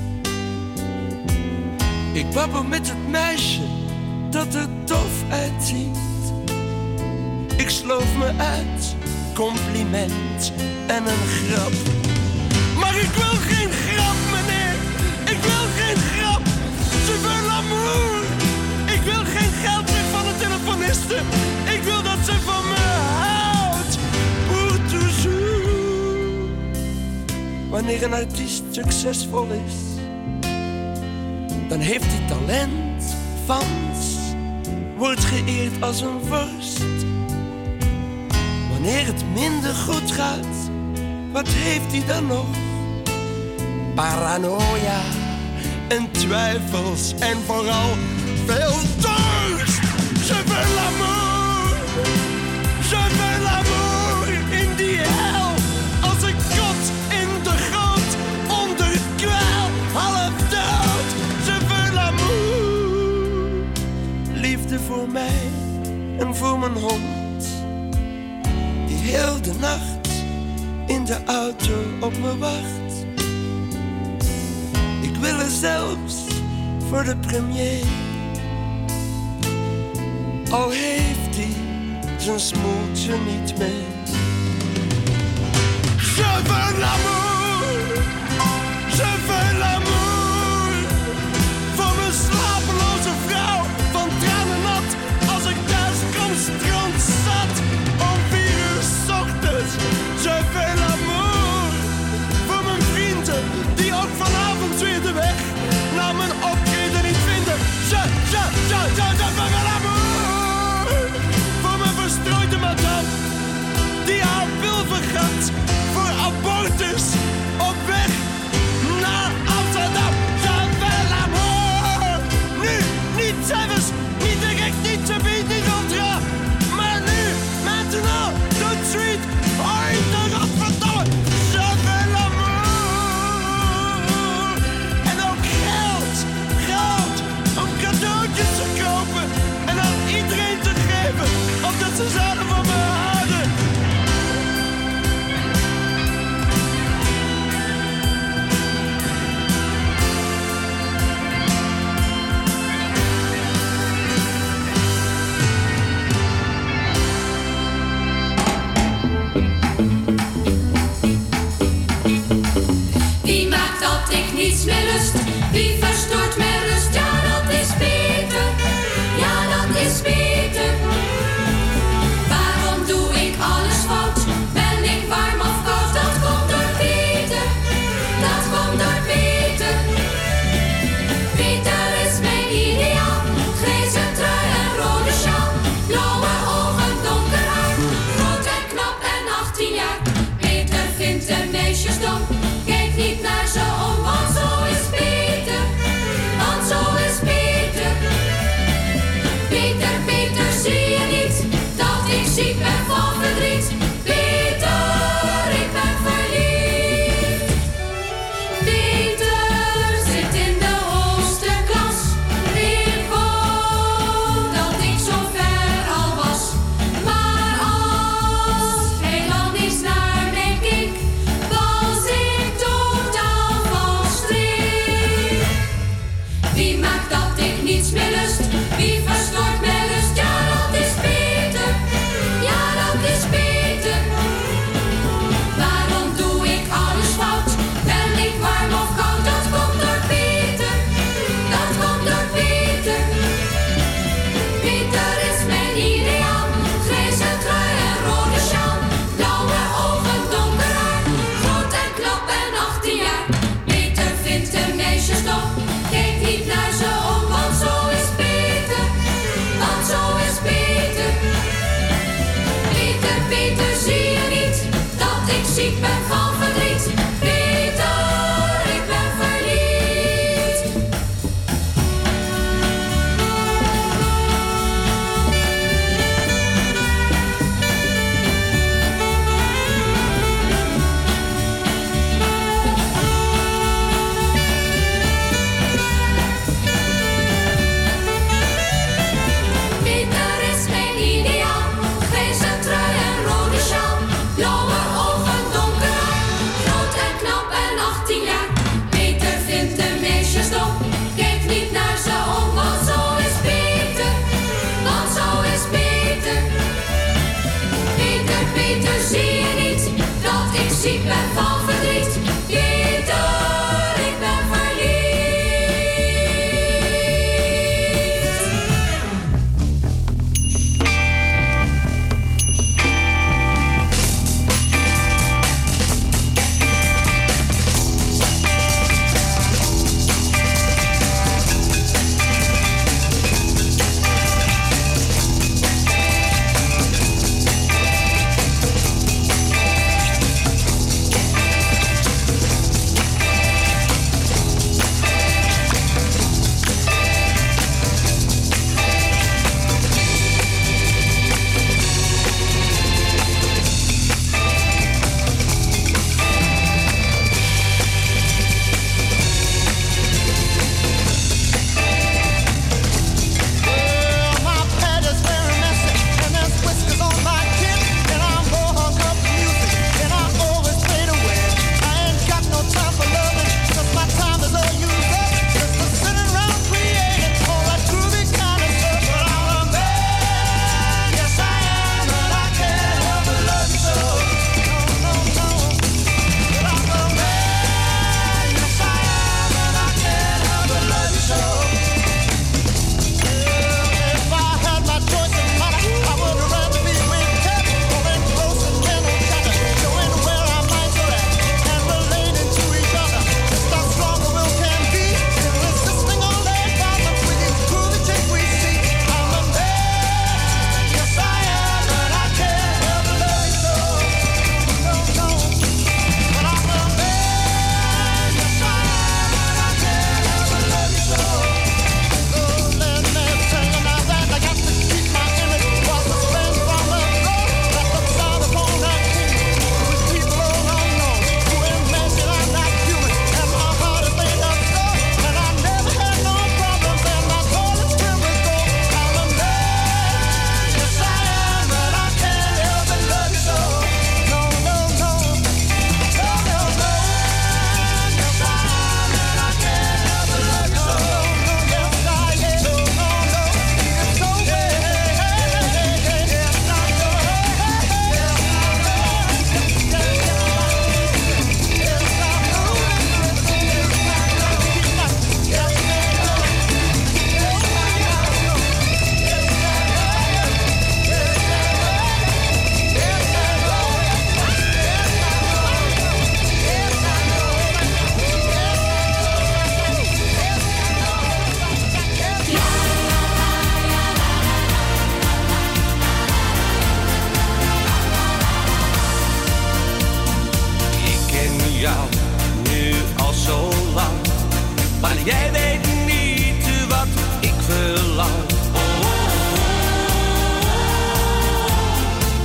Q: Ik babbel met het meisje dat er tof uitziet. Ik sloof me uit, compliment en een grap. Maar ik wil geen grap, meneer. Ik wil geen grap. Je veux l'amour. Ik wil geen geld meer van de telefoniste. Ik wil dat ze van me houdt. Pour toujours. Wanneer een artiest succesvol is, dan heeft hij talent, fans, wordt geëerd als een vorst. Wanneer het minder goed gaat, wat heeft hij dan nog? Paranoia en twijfels en vooral veel dorst. Je veux l'amour, je veux l'amour in die hel. Als een kot in de grond, onder kwel, half dood. Je veux l'amour, liefde voor mij en voor mijn hond, die heel de nacht in de auto op me wacht. Ik wil er zelfs voor de premier, al heeft hij zijn smoeltje niet mee. Je veux l'amour, je veux l'amour, voor mijn slapeloze vrouw, van tranen nat, als ik thuis kom strandzat, om vier uur 's ochtends. Je veux l'amour, voor mijn vrienden, die ook vanavond weer de weg naar mijn optreden niet vinden. Je, je, je, je, je veux l'amour, voor mijn verstrooide madame, die haar wil vergat voor abortus op weg naar Amsterdam. Je veux l'amour, nu, niet zelfs, niet direct, niet te bied, niet ultra, maar nu, maintenant, tout de suite, ooit de godverdomme. Je veux l'amour, en ook geld, geld, om cadeautjes te kopen en aan iedereen te geven, omdat ze zouden van me houden.
L: Wie maakt dat ik niets meer lust? Wie verstoort mijn rust? Ja, dat is Peter. Ja, dat is Peter. Waarom doe ik alles fout? Ben ik warm of koud? Dat komt door Peter. Dat komt door Peter. Peter is mijn ideaal. Grijze trui en rode sjaal. Blauwe ogen, donker haar. Groot en knap en achttien jaar. Peter vindt de meisjes dom. Kijk niet naar ze om, want zo is Peter. Want zo is Peter. Peter, Peter, zie je niet dat ik ziek ben van verdriet? Peter, ik ben verliefd. Peter zit in de hoogste klas. Ik wou dat ik zo ver al was. Maar als hij dan eens naar mij keek, was ik totaal van streek. Wie maakt dat ik niets meer lust? Wie verstoort mijn lust? Ja, dat is Peter. Ja, dat is Peter.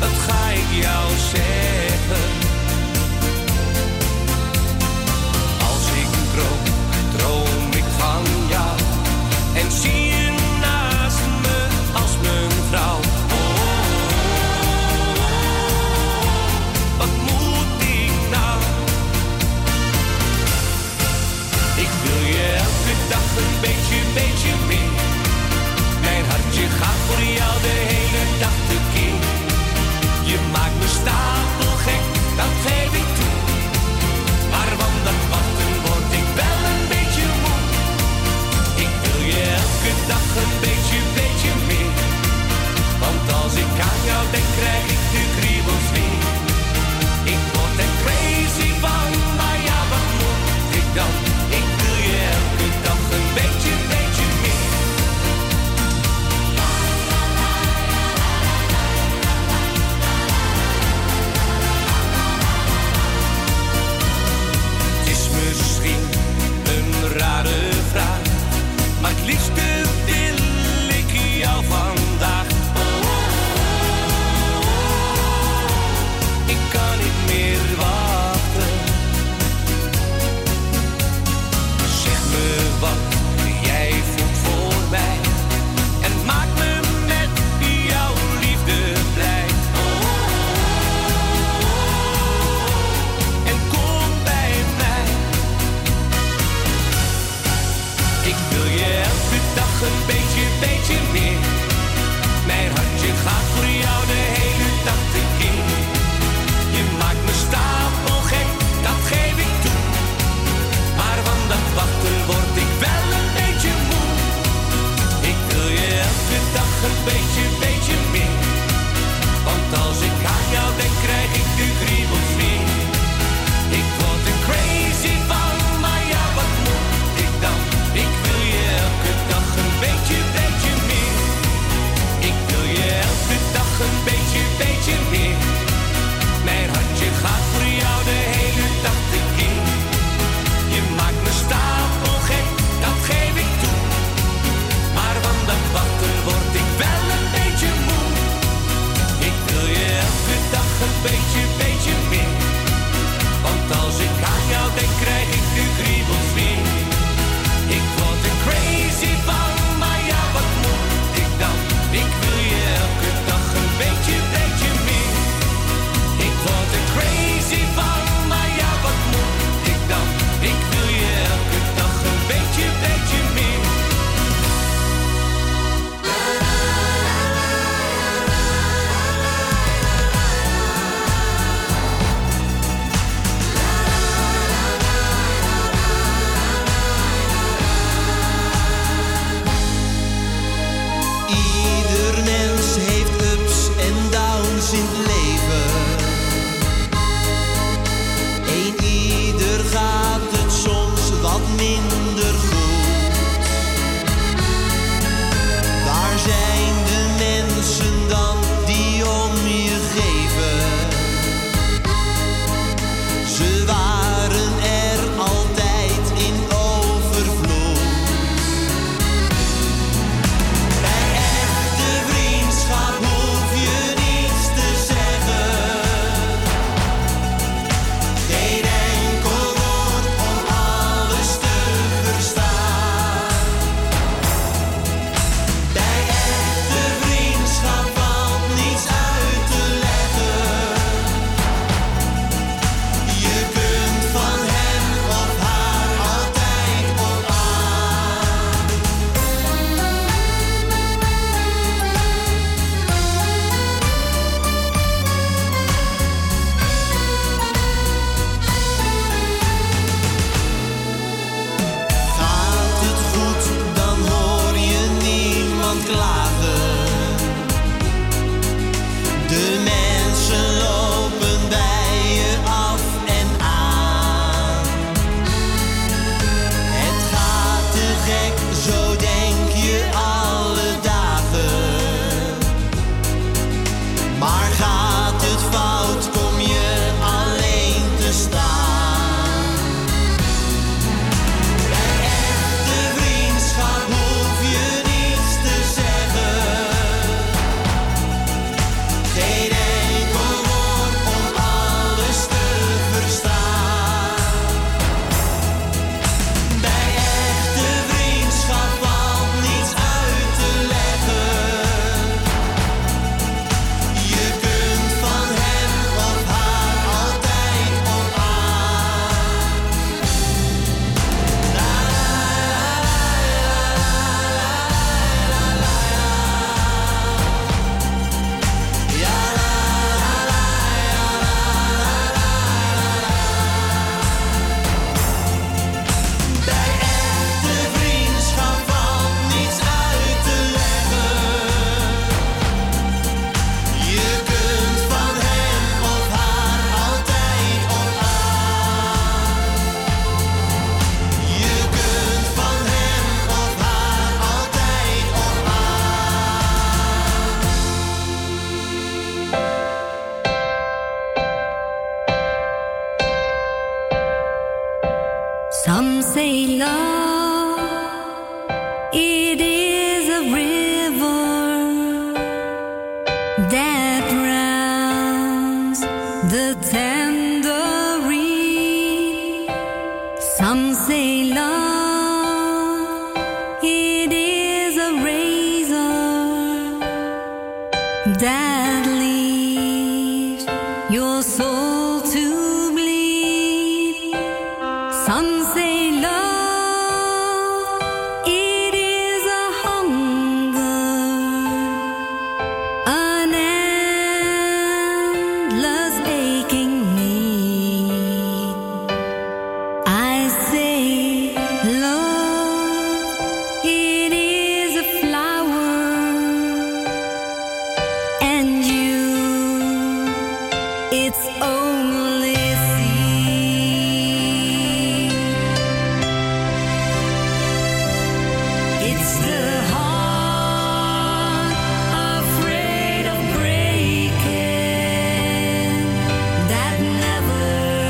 B: dat ga ik jou zeggen. Als ik droom, droom ik van jou. En zie je naast me als mijn vrouw. Wat moet ik nou? Ik wil je elke dag een beetje, beetje meer. Mijn hartje gaat voor jou de hele dag tekeer. Je maakt me stapel
L: say love, it is a river that drowns the tambourine. Some say love, it is a razor that leaves your soul to bleed. Some say love, it is a hunger, an endless aching need. I say love, it is a flower, and you, it's only seed. It's the heart afraid of breaking that never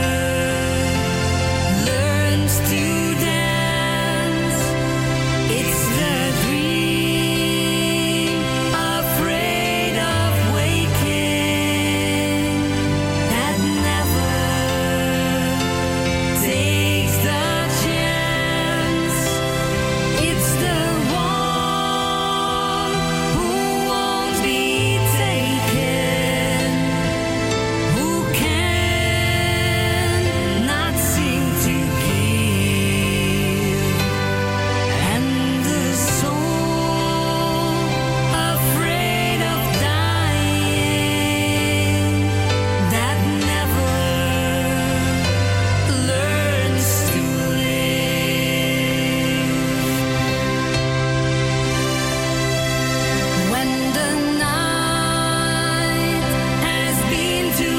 L: learns to dance. It's the dream afraid of waking that never takes the chance. It's the one who won't be taken, who cannot seem to give, and the soul afraid of dying that never learns to live. When the night has been too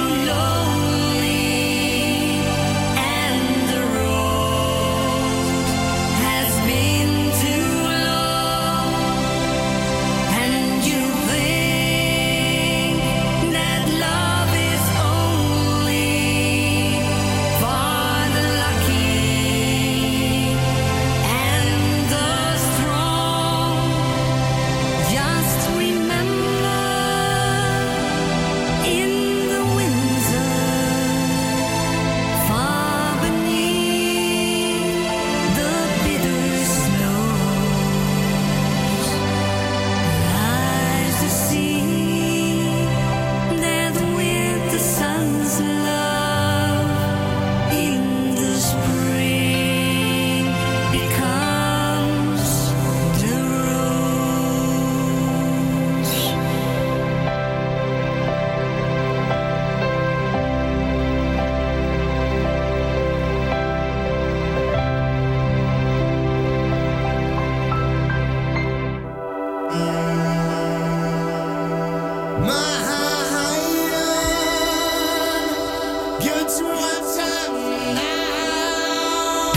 L: lonely and the road has been too long, and you think that love is only for the lucky and the strong, just remember, in the winter, far beneath the bitter snows, lies the sea that with the sun's love in the spring becomes the rose.
P: Give it to one time now.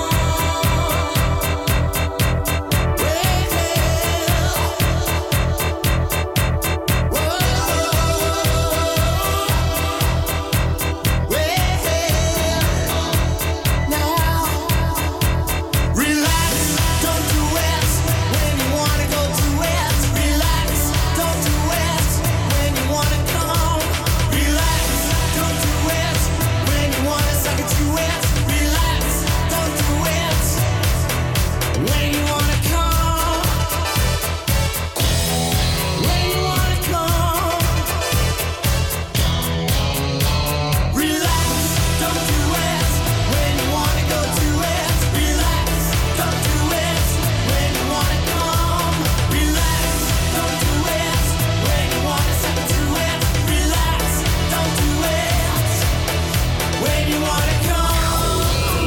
P: Relax, don't do it when you wanna go to it. Relax, don't do it when you wanna come. Relax, don't do it when you wanna suck it to it. Relax, don't do it when you wanna come. When you wanna come. Relax, don't do it when you wanna go to it. Relax, don't do it when you wanna come. Relax, don't do it when you wanna suck it to it. Relax, don't do it when you wanna come.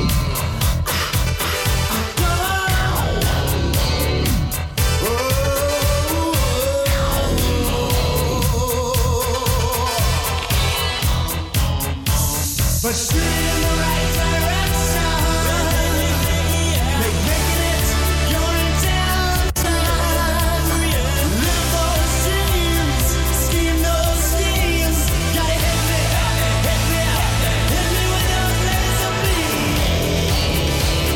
P: But shoot in the right direction. Make making it your intention. Live those dreams, scheme those schemes. Gotta hit me, hit me, hit me with a laser beam.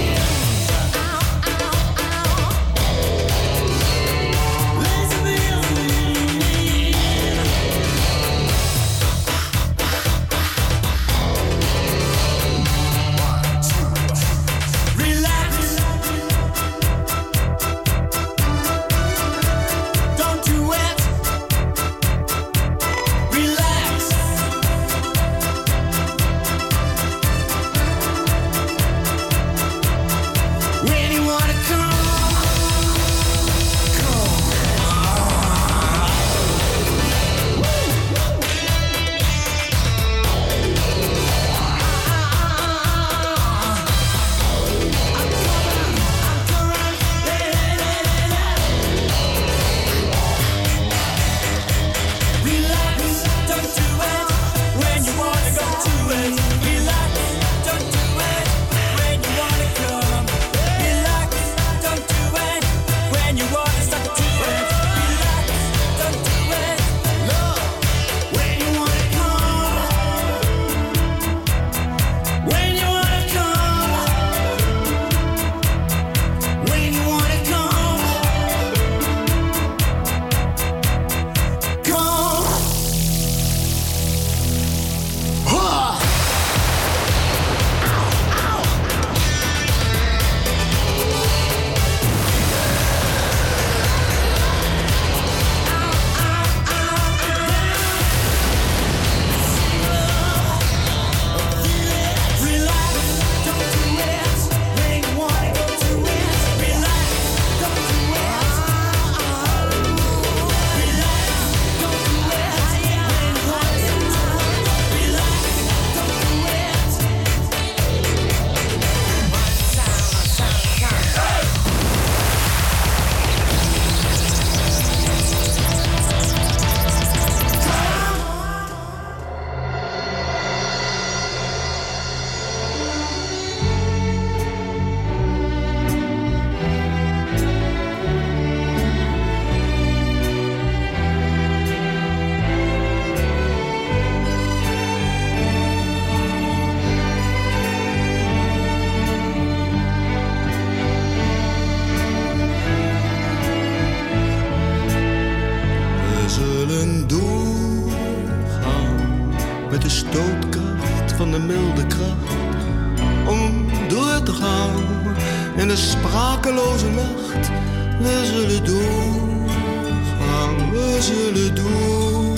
Q: met de stootkracht van de milde kracht. Om door te gaan in de sprakeloze nacht. We zullen doorgaan, we zullen doorgaan.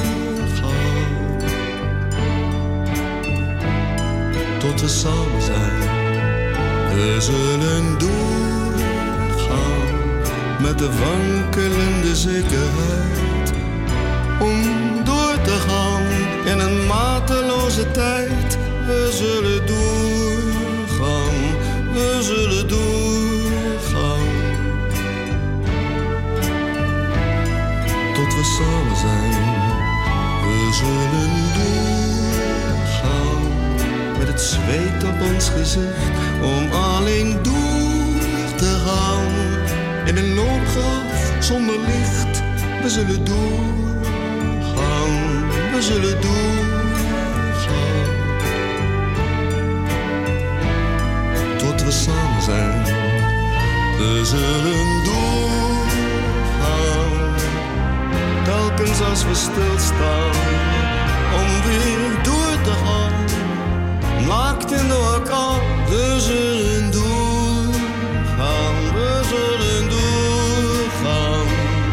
Q: Tot we samen zijn. We zullen doorgaan met de wankelende zekerheid. Om door te gaan in een mateloze tijd. We zullen doorgaan, we zullen doorgaan. Tot we samen zijn. We zullen doorgaan met het zweet op ons gezicht. Om alleen door te gaan in een loopgraaf zonder licht. We zullen doorgaan, we zullen doorgaan. Tot we samen zijn. We zullen doorgaan, telkens als we stilstaan. Om weer door te gaan, naakt in de orkaan. We zullen doorgaan, we zullen doorgaan.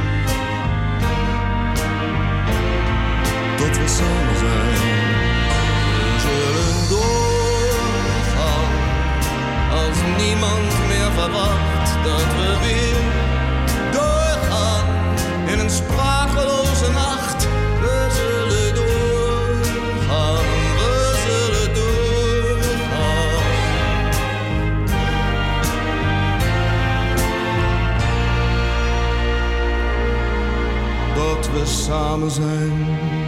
Q: Tot we samen zijn. We zullen doorgaan, als niemand meer verwacht dat we weer doorgaan in een sprakeloze nacht. We zullen doorgaan, we zullen doorgaan. Dat we samen zijn.